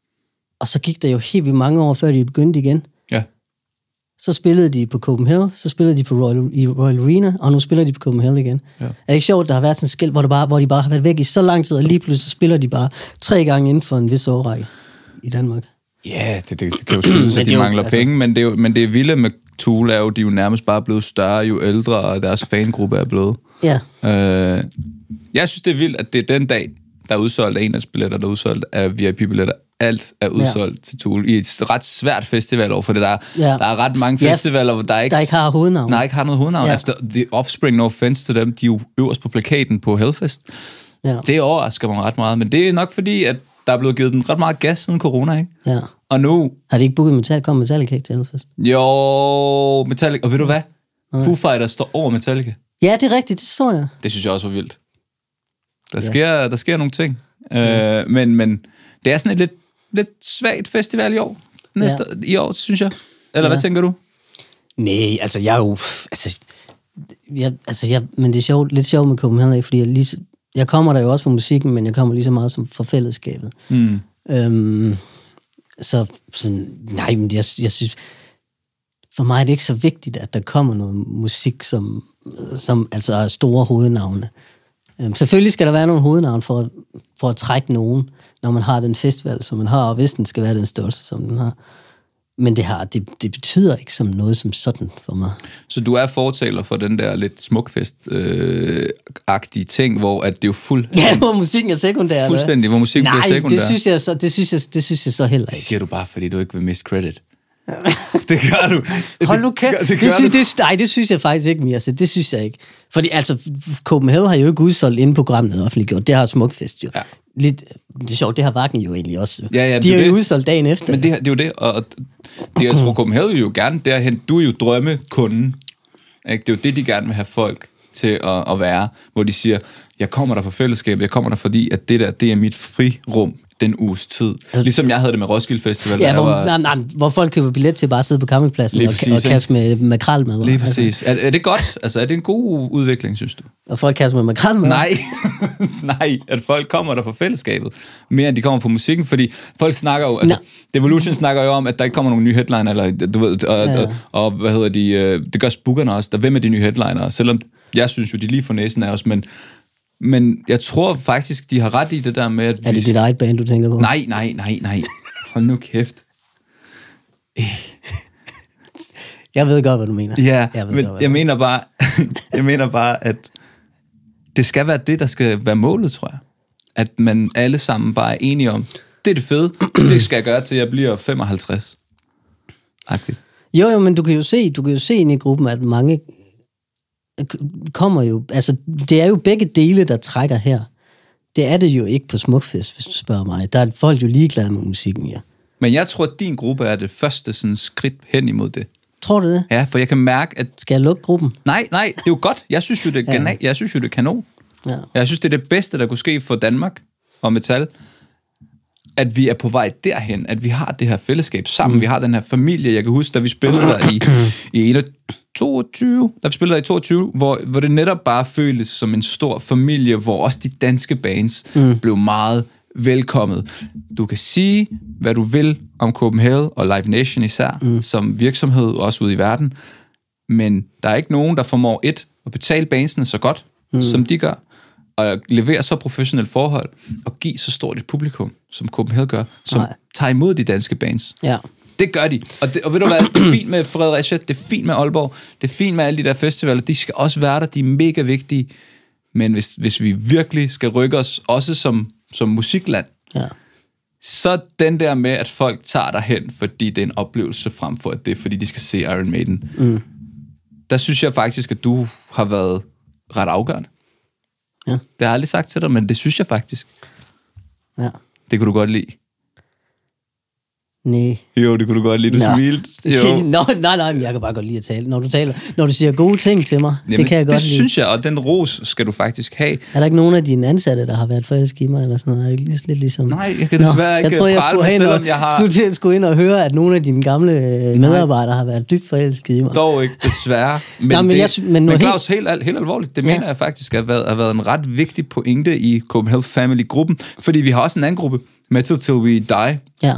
Og så gik der jo helt vildt mange år, før de begyndte igen. Ja. Så spillede de på Copenhagen, så spillede de på Royal, i Royal Arena, og nu spiller de på Copenhagen igen. Ja. Er det ikke sjovt, der har været sådan et skilt, hvor, det bare, hvor de bare har været væk i så lang tid, og lige pludselig så spiller de bare tre gange inden for en vis årrække i Danmark? Ja, det, det, det kan jo skyldes, Men at det de er jo- mangler altså- penge, men det, er jo, men det er vilde med Tool er jo, de er jo nærmest bare blevet større, jo ældre, og deres fangruppe er blevet. Ja, Øh, jeg synes, det er vildt, at det er den dag, der er udsolgt af endagsbilletter, der er udsolgt af V I P-billetter. Alt er udsolgt ja. til Tool i et ret svært festivalår, for det der, Ja. der er ret mange Ja, festivaler, hvor der ikke, der ikke har hovednavn. nej, ikke har noget hovednavn. Ja. Ja. Efter The Offspring, no offense til dem, de er jo øverst på plakaten på Hellfest. Ja. Det overrasker mig ret meget, men det er nok fordi, at der er blevet givet den ret meget gas siden corona, ikke? Ja. Og nu, Har de ikke booket Metallica? Kom Metallica ikke til Hellfest? jo, Metallica, og ved du hvad? Foo Fighters står over Metallica. Ja, det er rigtigt, det så jeg. Det synes jeg også var vildt. Der, sker, der sker nogle ting. Ja. Øh, men, men det er sådan et lidt, lidt svagt festival i år. Næste, ja. I år, synes jeg. Eller ja. hvad tænker du? Nej, altså jeg er jo... Altså, jeg, altså jeg, men det er sjovt, lidt sjovt med Copenhagen, ikke? Fordi jeg, lige, så- jeg kommer der jo også for musikken, men jeg kommer lige så meget som for fællesskabet. Mm. Øhm, så, så nej, men jeg, jeg synes... For mig er det ikke så vigtigt, at der kommer noget musik, som, som altså er store hovednavne. Øhm, selvfølgelig skal der være nogle hovednavne for, at- for at trække nogen, når man har den festival, som man har, og hvis den skal være den størrelse, som den har. Men det, har, det, det betyder ikke som noget som sådan for mig. Så du er fortaler for den der lidt smukfest-agtige ting, hvor at det er jo fuld, Ja, hvor musikken er sekundær. eller hvad? fuldstændig, hvor musikken Nej, bliver sekundær. det synes jeg så, det synes jeg, det synes jeg så heller Det ikke. siger du bare, fordi du ikke vil miste credit. Det gør du. Hold nu Det- kæft. Det, Det, gør det, synes, du. det, nej, det synes jeg faktisk ikke mere. Altså, det synes jeg ikke. Fordi altså, Copenhagen har jo ikke udsolgt inden programmet offentliggjort. Det har Smukfest jo. Ja. Lidt, det er sjovt, det har Vakken jo egentlig også. Ja, ja, det De er har jo det. udsolgt dagen efter. Men det, det er jo det, og det, jeg tror, Copenhagen vil jo gerne derhen. Du er jo drømmekunden. Ikke? Det er jo det, de gerne vil have folk til at, at være, hvor de siger, jeg kommer der for fællesskab, jeg kommer der fordi, at det der, det er mit frirum den uges tid. Ligesom jeg havde det med Roskilde Festival. Ja, da jeg hvor, var, nej, nej, hvor folk køber billet til bare at sidde på campingpladsen Lige og, præcis, og ikke? kaste med makrelmad. Lige præcis. Er, er det godt? Altså, er det en god udvikling, synes du? Og folk kaster med makrelmad. Nej, nej, at folk kommer der for fællesskabet, mere end de kommer for musikken, fordi folk snakker jo, altså, Nej. Devolution snakker jo om, at der ikke kommer nogen nye headliner, eller du ved, og, Ja. og, og hvad hedder de, øh, det gør spookerne også, der hvem er de nye headliner, selvom jeg synes jo, de er lige for næsen af os, men, men jeg tror faktisk, de har ret i det der med, at Er det dit eget band, du tænker på? Nej, nej, nej, nej, hold nu kæft. Jeg ved godt, hvad du mener. Ja, jeg ved men godt, hvad jeg du mener bare, jeg mener bare, at det skal være det, der skal være målet, tror jeg. At man alle sammen bare er enige om, det er det fede, det skal jeg gøre til, jeg bliver femoghalvtreds. Agtigt. Jo, jo, men du kan jo se, du kan jo se ind i gruppen, at mange kommer jo, altså det er jo begge dele, der trækker her. Det er det jo ikke på Smukfest, hvis du spørger mig. Der er folk jo ligeglade med musikken, ja. Men jeg tror, at din gruppe er det første sådan, skridt hen imod det. Tror du det? Ja, for jeg kan mærke, at... Skal jeg lukke gruppen? Nej, nej, det er jo godt. Jeg synes jo, det er, Ja. gena- jeg synes jo, det er kanon. Ja. Jeg synes, det er det bedste, der kunne ske for Danmark og metal, at vi er på vej derhen, at vi har det her fællesskab sammen, mm. vi har den her familie. Jeg kan huske, da vi spillede der i, i toogtyve, da vi spillede der i toogtyve, hvor, hvor det netop bare føltes som en stor familie, hvor også de danske bands mm. blev meget velkommet. Du kan sige, hvad du vil om Copenhagen og Live Nation især, mm. som virksomhed, også ude i verden, men der er ikke nogen, der formår et, at betale bandsene så godt, mm. som de gør, og levere så professionelt forhold, og give så stort et publikum, som Copenhagen gør, som Nej. tager imod de danske bands. Ja. Det gør de. Og, det, og ved du hvad, det er fint med Fredericia, det er fint med Aalborg, det er fint med alle de der festivaler, de skal også være der, de er mega vigtige. Men hvis, hvis vi virkelig skal rykke os, også som, som musikland, Ja. så den der med, at folk tager derhen, fordi det er en oplevelse frem for, at det er, fordi de skal se Iron Maiden. Mm. Der synes jeg faktisk, at du har været ret afgørende. Ja. Det har jeg aldrig sagt til dig, men det synes jeg faktisk. Ja. Det kunne du godt lide. Nej. Jo, det kunne du godt lide. Du smilte. Nå, nej, nej, men jeg kan bare godt lide at tale. Når du taler, når du siger gode ting til mig, Jamen, det kan jeg godt det lide. Det synes jeg, og den ros skal du faktisk have. Er der ikke nogen af dine ansatte, der har været forelsket i mig, eller sådan noget? Er det lidt, lidt ligesom... Nej, jeg kan desværre Nå, ikke jeg tror, jeg skulle, mig, ind og, jeg har... skulle, til, skulle ind og høre, at nogle af dine gamle medarbejdere har været dybt forelsket i mig. Dog ikke, desværre. Men, Nå, men, det, jeg, men, men Claus, helt, helt, helt alvorligt, det ja. mener jeg faktisk har været, har været en ret vigtig pointe i Copenhagen Health Family-gruppen, fordi vi har også en anden gruppe, Metal Till We Die, ja.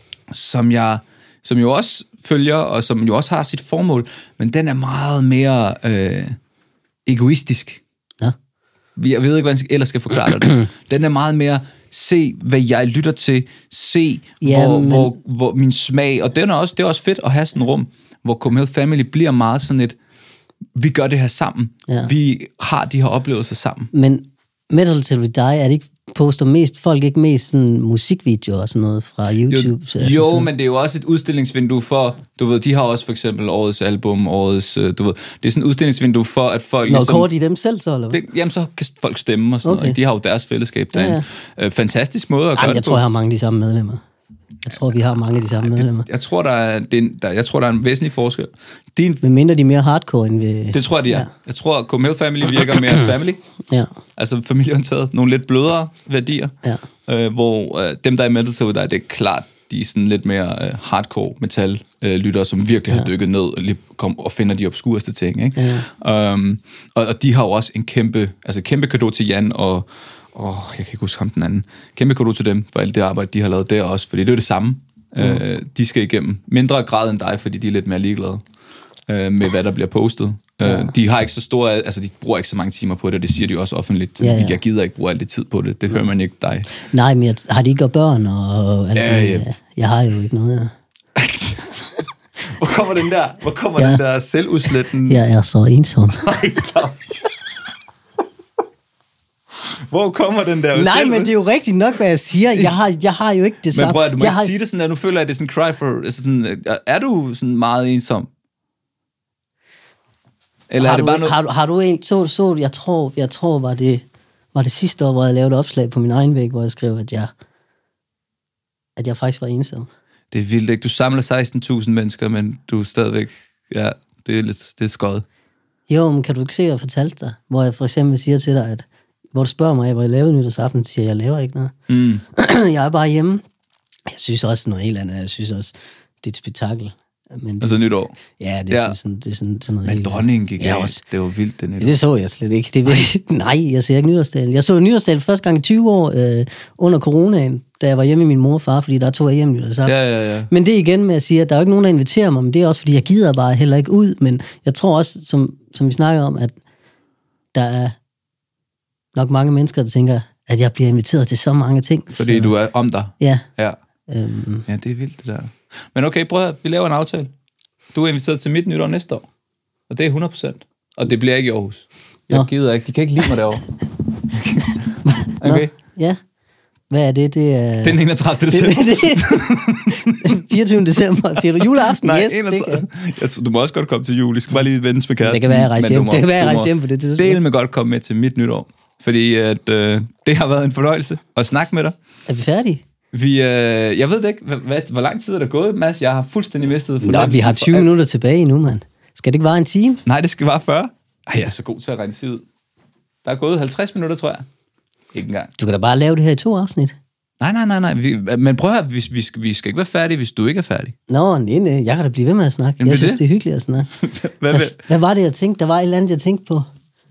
som jeg... som jo også følger, og som jo også har sit formål, men den er meget mere øh, egoistisk. Ja. Jeg ved ikke, hvordan jeg ellers skal forklare det. Den er meget mere, se, hvad jeg lytter til, se, ja, hvor, men... hvor, hvor min smag, og den er også, det er også fedt at have sådan et rum, hvor Copenhagen Family bliver meget sådan et, vi gør det her sammen. Ja. Vi har de her oplevelser sammen. Men Metal Till We Die, er det ikke poster mest, folk ikke mest sådan musikvideoer og sådan noget fra YouTube? Jo, altså jo sådan. men det er jo også et udstillingsvindue for, du ved, de har også for eksempel årets album, årets, du ved, det er sådan et udstillingsvindue for, at folk... Nå, ligesom, kort i dem selv så, eller hvad? Det, jamen, så kan folk stemme og sådan okay. noget. De har jo deres fællesskab derinde. Ja, ja. Øh, fantastisk måde at jamen, gøre jeg det tror, på. jeg har mange af de samme medlemmer. Jeg tror, vi har mange af de samme medlemmer. Jeg, jeg, tror, der er, det er, der, jeg tror, der er en væsentlig forskel. Din, Men mindre de er mere hardcore end vi... Det tror jeg, de er. Ja. Jeg tror, at Copenhagen Family virker mere family. Ja. Altså familieorienteret. Nogle lidt blødere værdier. Ja. Øh, hvor øh, dem, der er i Metal Till We Die, det er klart, de er sådan lidt mere øh, hardcore metal-lyttere, øh, som virkelig ja. har dykket ned og, kom, og finder de obskureste ting. Ikke? Ja. Um, og, og de har jo også en kæmpe, altså kæmpe cadeau til Jan og... Åh, oh, jeg kan ikke huske ham den anden. Kæmpe cadeau til dem, for alt det arbejde, de har lavet der også, fordi det er jo det samme. Mm. Øh, de skal igennem mindre grad end dig, fordi de er lidt mere ligeglade øh, med, hvad der bliver postet. Ja. Øh, de har ikke så store, altså de bruger ikke så mange timer på det, og det siger de også offentligt. Ja, ja. Jeg gider ikke bruge alt det tid på det, det hører man ikke dig. Nej, men jeg, har de ikke børn? Og, altså, ja, ja. Jeg, jeg har jo ikke noget, ja. Hvor kommer den der, hvor kommer ja. den der selvudslætten? Jeg er så ensom. Hvor kommer den der? Nej, selv? Men det er jo rigtigt nok, hvad jeg siger. Jeg har, jeg har jo ikke det samme. Men bror, du må jeg ikke har... sige det sådan, at nu føler jeg, at det er sådan cry for... Altså sådan, er du sådan meget ensom? Eller har er det du, bare noget... Har du, har du en... Så, så, jeg tror, jeg tror var, det, var det sidste år, hvor jeg lavede et opslag på min egen væg, hvor jeg skrev, at jeg, at jeg faktisk var ensom. Det er vildt, ikke? Du samler seksten tusind mennesker, men du er stadigvæk... Ja, det er lidt... Det er skøjet. Jo, men kan du ikke se, hvad jeg fortalte dig? Hvor jeg for eksempel siger til dig, at hvor du spørger mig, hvor jeg laver nytårsaften, siger jeg, jeg laver ikke noget. Mm. Jeg er bare hjemme. Jeg synes også noget helt andet. Jeg synes også, det er et spektakel. Men altså nytår? Ja, det er, ja. Sådan, det er sådan, sådan noget. Men helt dronningen gik ja, også. Det var vildt, det nytår. Ja, det så jeg slet ikke. Det vil, nej, jeg ser ikke nytårsdagen. Jeg så nytårsdagen første gang i tyve år øh, under coronaen, da jeg var hjemme med min mor og far, fordi der tog jeg hjem nytårsaften. Ja, ja, ja. Men det er igen med at sige, at der er jo ikke nogen, der inviterer mig, men det er også, fordi jeg gider bare heller ikke ud. Men jeg tror også, som, som vi snakker om, at der er nok mange mennesker, der tænker, at jeg bliver inviteret til så mange ting. Fordi så... du er om dig? Ja. Ja. Øhm... ja, det er vildt det der. Men okay, prøv at vi laver en aftale. Du er inviteret til mit nytår næste år. Og det er hundrede procent. Og det bliver ikke i Aarhus. Jeg Nå. gider ikke. De kan ikke lide mig derovre. Okay? Nå, ja. Hvad er det? Det er... Den enogtredivte december. Det, det, fireogtyvende december, siger du. Juleaften? Nej, yes, enogtredivte Jeg tror, du må også godt komme til jul. I skal bare lige vende med kæresten. Det kan være, jeg rejser hjem. Det kan være, jeg rejser hjem på det tidspunkt. Del med godt komme med til mit nytår. Fordi at, øh, det har været en fornøjelse at snakke med dig. Er vi færdige? Vi, øh, jeg ved det ikke. Hvad, hvad, hvor lang tid er der gået, Mads? Jeg har fuldstændig mistet. Nå, vi har tyve minutter tilbage nu, mand. Skal det ikke vare en time? Nej, det skal vare fyrre. Ej, jeg er så god til at regne tid. Der er gået halvtreds minutter, tror jeg. Ikke engang. Du kan da bare lave det her i to afsnit. Nej, nej, nej, nej. Vi, men prøv at høre, vi, vi, skal, vi skal ikke være færdige, hvis du ikke er færdig. Nå, nej, nej. Jeg kan da blive ved med at snakke. Jamen, jeg synes, det? det er hyggeligt at snakke. hvad, hvad, hvad var det, jeg tænkte? Der var et eller andet, jeg tænkte på.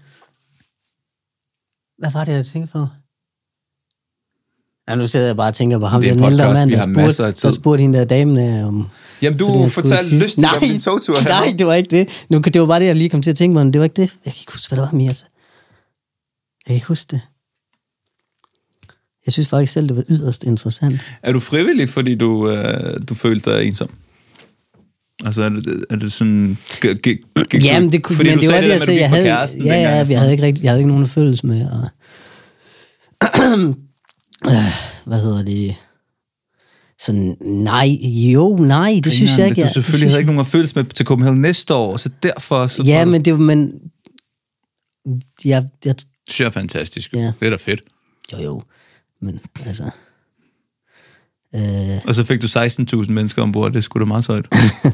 Hvad var det, jeg tænkte på? Ja, nu sidder jeg bare og tænker på ham, den ældre mand, der spurgte, der spurgte hende der damen om... Jamen, du fortalte lystigt om din togtur. Nej, det var ikke det. Nu, det var bare det, jeg lige kom til at tænke mig, men det var ikke det. Jeg kan ikke huske, hvad der var mere. Altså. Jeg kan ikke huske det. Jeg synes faktisk selv, det var yderst interessant. Er du frivillig, fordi du, øh, du følte dig ensom? Altså, er det, er det sådan... G- g- g- Jamen, det kunne, fordi men du det var sagde det, jeg der, sagde, jeg havde, kæresten, ja, ja, dengang, jeg havde ikke rigtig, jeg havde ikke nogen følelse med, og, hvad hedder det, sådan, nej, jo, nej, det synes jeg ikke. Du selvfølgelig havde ikke nogen følelse med til Copenhagen næste år, så derfor... Så ja, men det var, men, jeg, jeg, det synes jeg er fantastisk. Ja. Det er da fedt. jo, jo, men, altså, øh, Og så fik du seksten tusind mennesker ombord, det skulle da meget sejt.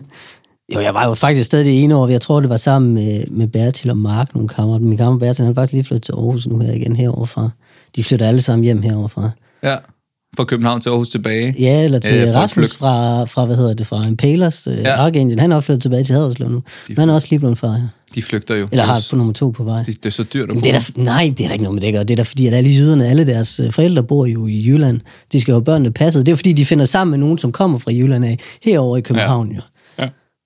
jo, jeg var jo faktisk stadig det ene år, jeg tror, det var sammen med, med Bertil og Mark, nogle kammerater. Min gamle Bertil, han er faktisk lige flyttet til Aarhus nu her igen heroverfra. De flytter alle sammen hjem heroverfra. Ja, fra København til Aarhus tilbage. Ja, eller til Øh, for at Rasmus flygte. fra, fra, hvad hedder det, fra Impalers, øh, Ja. Archangel. Han er også flyttet tilbage til Haderslev nu. Men han er også lige blevet far, ja. De flygter jo. Eller har det, på nummer to på vej. er, det er så dyrt at Men bo. det er der, nej, det er der ikke noget med det, og det er der fordi, at alle jyderne, alle deres øh, forældre bor jo i Jylland. De skal jo have børnene passet. Det er jo fordi, de finder sammen med nogen, som kommer fra Jylland af, herover i København jo. Ja.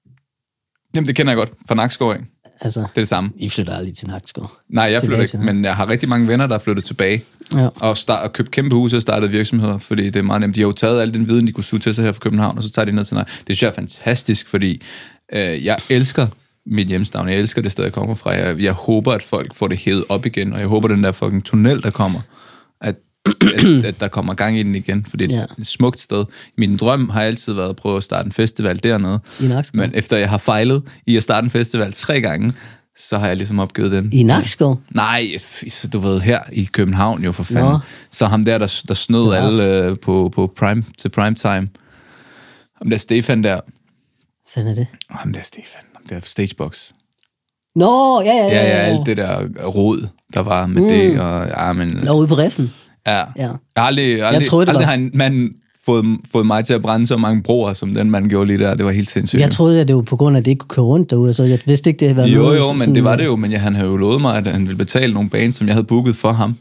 Jamen, det kender jeg godt. Fra Nakskov, ikke? Altså, Det er det samme. I flytter aldrig til Nakskov. Nej, jeg Tilbage flytter til ikke, men jeg har rigtig mange venner, der er flyttet tilbage. Ja. Og, start, og købt kæmpe huse og startet virksomheder, fordi det er meget nemt. De har jo taget al den viden, de kunne suge til sig her fra København, og så tager de ned til mig. Det synes jeg er fantastisk, fordi øh, jeg elsker mit hjemstavn. Jeg elsker det sted, jeg kommer fra. Jeg, jeg håber, at folk får det hævet op igen, og jeg håber, den der fucking tunnel, der kommer, at, at, at der kommer gang i den igen, for det er et, Ja. et smukt sted. Min drøm har altid været at prøve at starte en festival dernede. I Nakskov? Men efter jeg har fejlet i at starte en festival tre gange, så har jeg ligesom opgivet den. I Nakskov? Nej, så du ved, her i København jo for fanden. Nå. Så ham der, der, der snød Det var også- alle øh, på, på prime, til prime time. Ham der Stefan der. Hvad er det? Ham der Stefan. Ham der Stagebox. Nå, ja, ja, Ja, ja. ja, alt det der rod, der var med mm. det. Og, ja, men, Nå, ude på Reffen. ja. Ja. Jeg har aldrig, aldrig, troede, det aldrig var- har en mand fået, fået mig til at brænde så mange broer, som den mand gjorde lige der. Det var helt sindssygt. Jeg troede, at det var på grund af, at det ikke kunne køre rundt derude, så jeg vidste ikke, det havde været Jo, noget. jo, sådan- men det var det jo. Men ja, han havde jo lovet mig, at han ville betale nogle bands, som jeg havde booket for ham.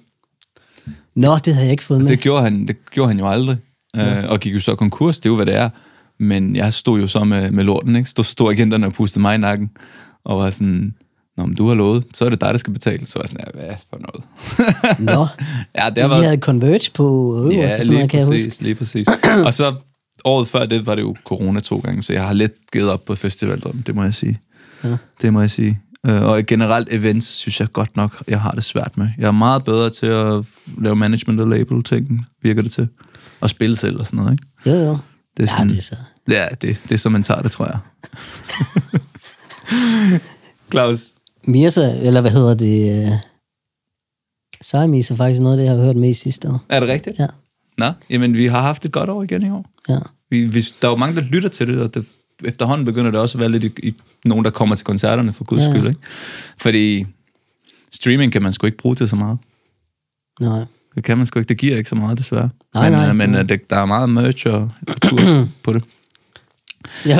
Nå, det havde jeg ikke fået med. Det gjorde han, det gjorde han jo aldrig. Ja. Øh, og gik jo så konkurs, det er jo, hvad det er. Men jeg stod jo så med, med lorten, ikke? Stod, stod agenterne og pustede mig i nakken. Og var sådan, nå, men du har lovet, så er det dig, der skal betale. Så var jeg sådan, ja, hvad for noget? Nå, Ja, det I har været... havde Converge på øverste, Ja, sådan lige noget, kan jeg huske. præcis, lige præcis. Og så året før det, var det jo corona to gange, så jeg har lidt givet op på festivaldrømmen, det må jeg sige. Ja. Det må jeg sige. Øh, Og generelt events, synes jeg godt nok, jeg har det svært med. Jeg er meget bedre til at lave management og label-ting, virker det til. Og spille selv og sådan noget, ikke? Jo, jo. Det er Ja, sådan, det er så. Ja, det, det er så, man tager det, tror jeg. Claus? Mirza, eller hvad hedder det? Uh... Siamese er faktisk noget, det jeg har hørt mest sidste år. Er det rigtigt? Ja, Nå, jamen vi har haft et godt år igen i år. ja. Vi, vi, der er jo mange, der lytter til det, og det, efterhånden begynder det også at være lidt i, i nogen, der kommer til koncerterne, for guds Ja. skyld, ikke? Fordi streaming kan man sgu ikke bruge til så meget. Nej. Det kan man sgu ikke, det giver ikke så meget, desværre. Nej, men nej, øh, men nej. øh, det, der er meget merch og kultur på det. Ja.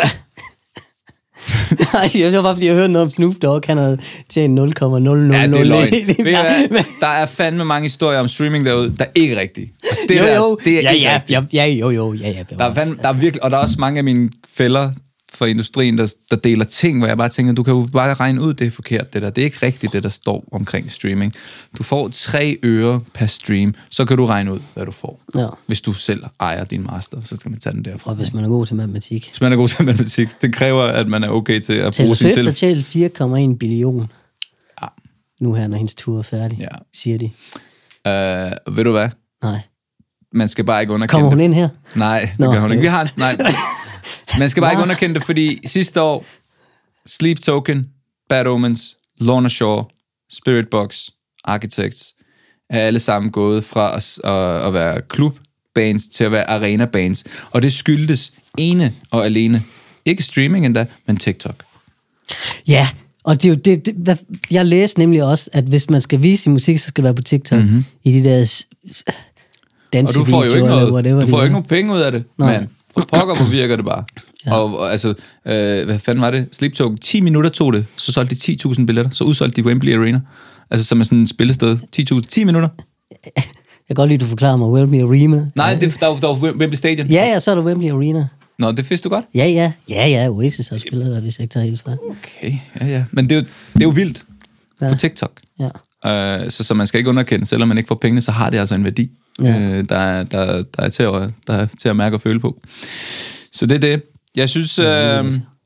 Nej, det var bare, fordi jeg hørte noget om Snoop Dogg. Han havde tjent nul komma nul nul nul. Ja, det er løgn. Ved I Nej, hvad? Der er fandme mange historier om streaming derude, der er ikke rigtige. Og det jo, der, jo. det er ja, ikke ja, rigtigt. ja, ja, jo, jo, ja, ja. Der er, fandme, der er virkelig, og der er også mange af mine fæller fra industrien, der, der deler ting, hvor jeg bare tænker, du kan jo bare regne ud, det er forkert, det der. Det er ikke rigtigt, det der står omkring streaming. Du får tre øre per stream, så kan du regne ud, hvad du får. Ja. Hvis du selv ejer din master, så skal man tage den derfra. Og hvis man er god til matematik. Hvis man er god til matematik, det kræver, at man er okay til at Taylor bruge sin Swift har telefon. tjent fire komma en billion. Ja. Nu her, når hendes tur er færdig, Ja. siger de. Uh, ved du hvad? Nej. Man skal bare ikke underkende Kommer hun det. ind her? Nej, det Nå. gør hun ikke. Vi har en... Nej. Man skal bare ikke underkende det, fordi sidste år, Sleep Token, Bad Omens, Lorna Shore, Spirit Box, Architects, er alle sammen gået fra at, at, at være klubbands til at være arena-bands. Og det skyldtes ene og alene, ikke streaming endda, men TikTok. Ja, og det er jo det, det hvad, jeg læste nemlig også, at hvis man skal vise sin musik, så skal det være på TikTok. Mm-hmm. I de der s- Og du får jo ikke noget, whatever, du får de jo ikke er. nogen penge ud af det, Nej. men for pokker, hvor virker det bare. Ja. Og, og altså, øh, hvad fanden var det? Sleep Token, ti minutter tog det, så solgte de ti tusind billetter, så udsolgte de Wembley Arena. Altså som er sådan et spillested. ti tusind, ti minutter. Jeg kan godt lide, at du forklarer mig Wembley Arena. Nej, det, der, var- der var Wembley Stadion. Ja, ja, så er der Wembley Arena. Nå, det vidste du godt? Ja, ja. Ja, ja, Oasis har spillet der, hvis jeg ikke tager helt fra. Okay, ja, ja. Men det er jo, det er jo vildt Ja. på TikTok. Ja. Uh, så, så man skal ikke underkende, selvom man ikke får pengene, så har det altså en værdi, Ja. uh, der, er- der, der, er til at, der er til at mærke og føle på. Så det er det. Jeg synes, uh,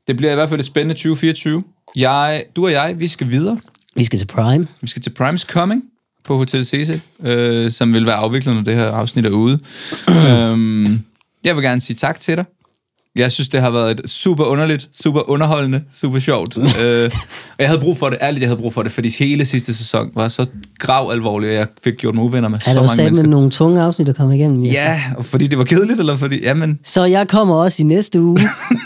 Det bliver i hvert fald et spændende tyve fireogtyve. Jeg, du og jeg, vi skal videre. Vi skal til Prime. Vi skal til Prime's Coming på Hotel Cecil, øh, som vil være afviklet, når det her afsnit er ude. øhm, jeg vil gerne sige tak til dig. Jeg synes, det har været et super underligt, super underholdende, super sjovt. øh, og jeg havde brug for det, ærligt, jeg havde brug for det, fordi hele sidste sæson var så grav alvorlig, og jeg fik gjort mig uvenner med så mange mennesker. Er det også med nogle tunge afsnit, der kom igennem? Ja, og fordi det var kedeligt, eller fordi... Jamen. Så jeg kommer også i næste uge.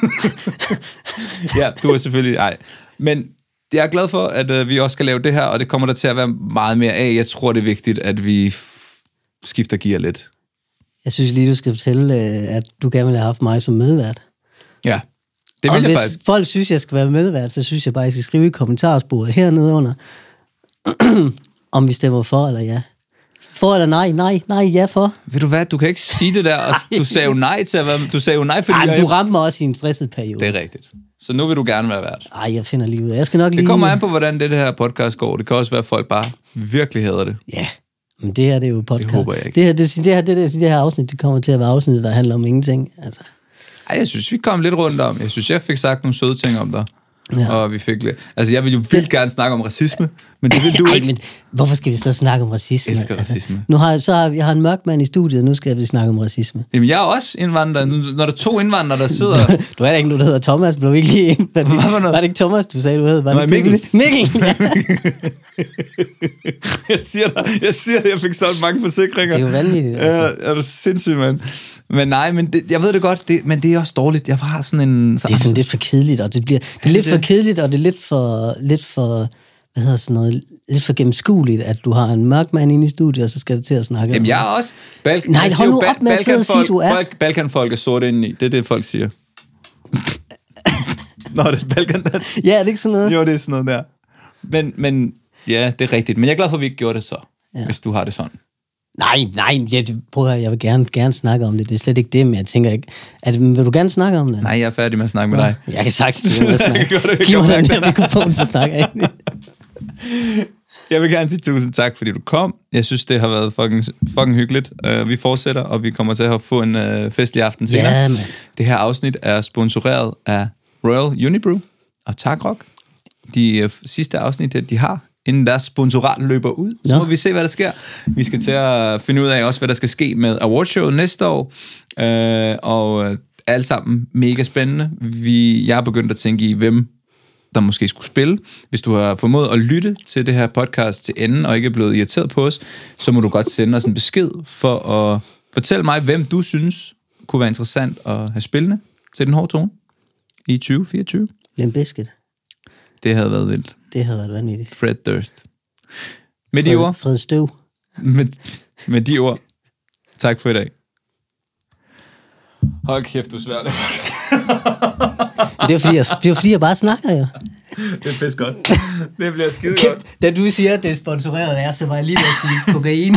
Ja, du er selvfølgelig... Ej. Men jeg er glad for, at øh, vi også skal lave det her, og det kommer der til at være meget mere af. Jeg tror, det er vigtigt, at vi f- skifter gear lidt. Jeg synes lige, du skal fortælle, at du gerne vil have haft mig som medvært. Ja, det vil og jeg hvis faktisk. folk synes, jeg skal være medvært, så synes jeg bare, at I skal skrive i kommentarsporet hernede under, om vi stemmer for eller ja. For eller nej, nej, nej, ja for. Ved du hvad, du kan ikke sige det der. Du sagde jo nej til at være... Du sagde jo nej, fordi... Ej, du ramte mig også i en stresset periode. Det er rigtigt. Så nu vil du gerne være vært. Ej, jeg finder lige ud af. Jeg skal nok lige... Det kommer an på, hvordan det her podcast går. Det kan også være, at folk bare virkelig hader det. Ja, men det her, det er jo podcast. Det håber jeg ikke. Det her, det, det, her, det, det, det her afsnit, det kommer til at være afsnit, der handler om ingenting. Altså. Ej, jeg synes, vi kom lidt rundt om. Jeg synes, jeg fik sagt nogle søde ting om dig. Ja. Og vi fik lidt... Altså, jeg vil jo vildt gerne snakke om racisme, men det vil du Ej, ikke. Men hvorfor skal vi så snakke om racisme? Jeg elsker racisme. Nu har, så har, jeg har en mørk mand i studiet, nu skal vi snakke om racisme. Jamen, jeg er også indvandrer. Når der er to indvandrere, der sidder... Du, du er da ikke nogen, der hedder Thomas, blev ikke lige... Var det, var, var det ikke Thomas, du sagde, du hed? Var Nej, det Mikkel. Mikkel, ja. jeg siger dig, jeg siger det, jeg fik solgt mange forsikringer. Det er jo vanvittigt. Altså. Ja, er du sindssygt, mand. Men nej, men det, jeg ved det godt, det, men det er også dårligt. Jeg har sådan en... Så, det er sådan lidt for kedeligt, og det bliver... Det er ja, lidt det. for kedeligt, og det er lidt for... Lidt for hvad hedder sådan noget, lidt for gennemskueligt, at du har en mørk mand inde i studiet, og så skal det til at snakke. Jamen, jeg er også... Balk- Nej, hold nu op med at sidde og sige, du er... Balkanfolk er sorte indeni. Det er det, folk siger. Nå, det er Balkan... Ja, er det ikke sådan noget? Jo, det er sådan noget der. Men, men ja, det er rigtigt. Men jeg er glad for, at vi ikke gjorde det så, ja. Hvis du har det sådan. Nej, nej, jeg, prøv at, jeg vil gerne, gerne snakke om det. Det er slet ikke det, men jeg tænker ikke... At, vil du gerne snakke om det? Nej, jeg er færdig med at snakke med dig. Jeg kan sagtens blive med at snakke. Giv mig den der mikrofon, så snakker jeg ind. Jeg vil gerne sige tusind tak, fordi du kom. Jeg synes, det har været fucking, fucking hyggeligt. Uh, vi fortsætter, og vi kommer til at få en uh, festlig aften senere. Ja, man. Det her afsnit er sponsoreret af Royal Unibrew og Tak Rock. De uh, sidste afsnit, de har, inden deres sponsorat løber ud, så må vi se, hvad der sker. Vi skal til at finde ud af også, hvad der skal ske med awardshowet næste år. Uh, og uh, alt sammen mega spændende. Vi, jeg er begyndt at tænke i, hvem der måske skulle spille. Hvis du har formået at lytte til det her podcast til enden, og ikke er blevet irriteret på os, så må du godt sende os en besked for at fortælle mig, hvem du synes kunne være interessant at have spillende til den hårde tone i tyve fireogtyve. Limp Bizkit. Det havde været vildt. Det havde været vanvittigt. Fred Durst. Med Fred, de ord... Fred Støv. Med, med de ord. Tak for i dag. Hold kæft, du er svær. Det er fordi, jeg, det er fordi, jeg bare snakker, jo. Det er pisse godt. Det bliver skide Kæft, godt. da du siger, at det er sponsoreret af, så var jeg lige ved at sige kokain.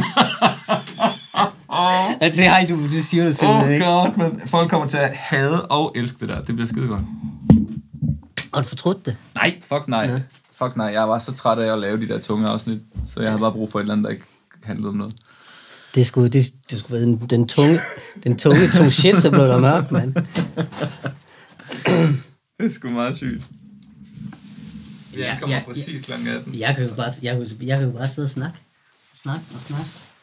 Altså, hej du, det siger du simpelthen ikke. Åh oh god, men folk kommer til at hade og elske det der. Det bliver skide godt. Har du fortrudt det? Nej, fuck nej. Ja. Fuck nej, jeg var så træt af at lave de der tunge afsnit, så jeg havde bare brug for et eller andet, der ikke handlede om noget. Det skulle, det, det skulle være den, den tunge, den tunge, tunge shit, så blev der mørkt, mand. Det er sgu meget sygt. Ja, Ja, kommer ja, præcis klokken atten. Jeg kan jo bare, jeg kan, jeg kan jo bare sidde og snakke. Snakke og snakke.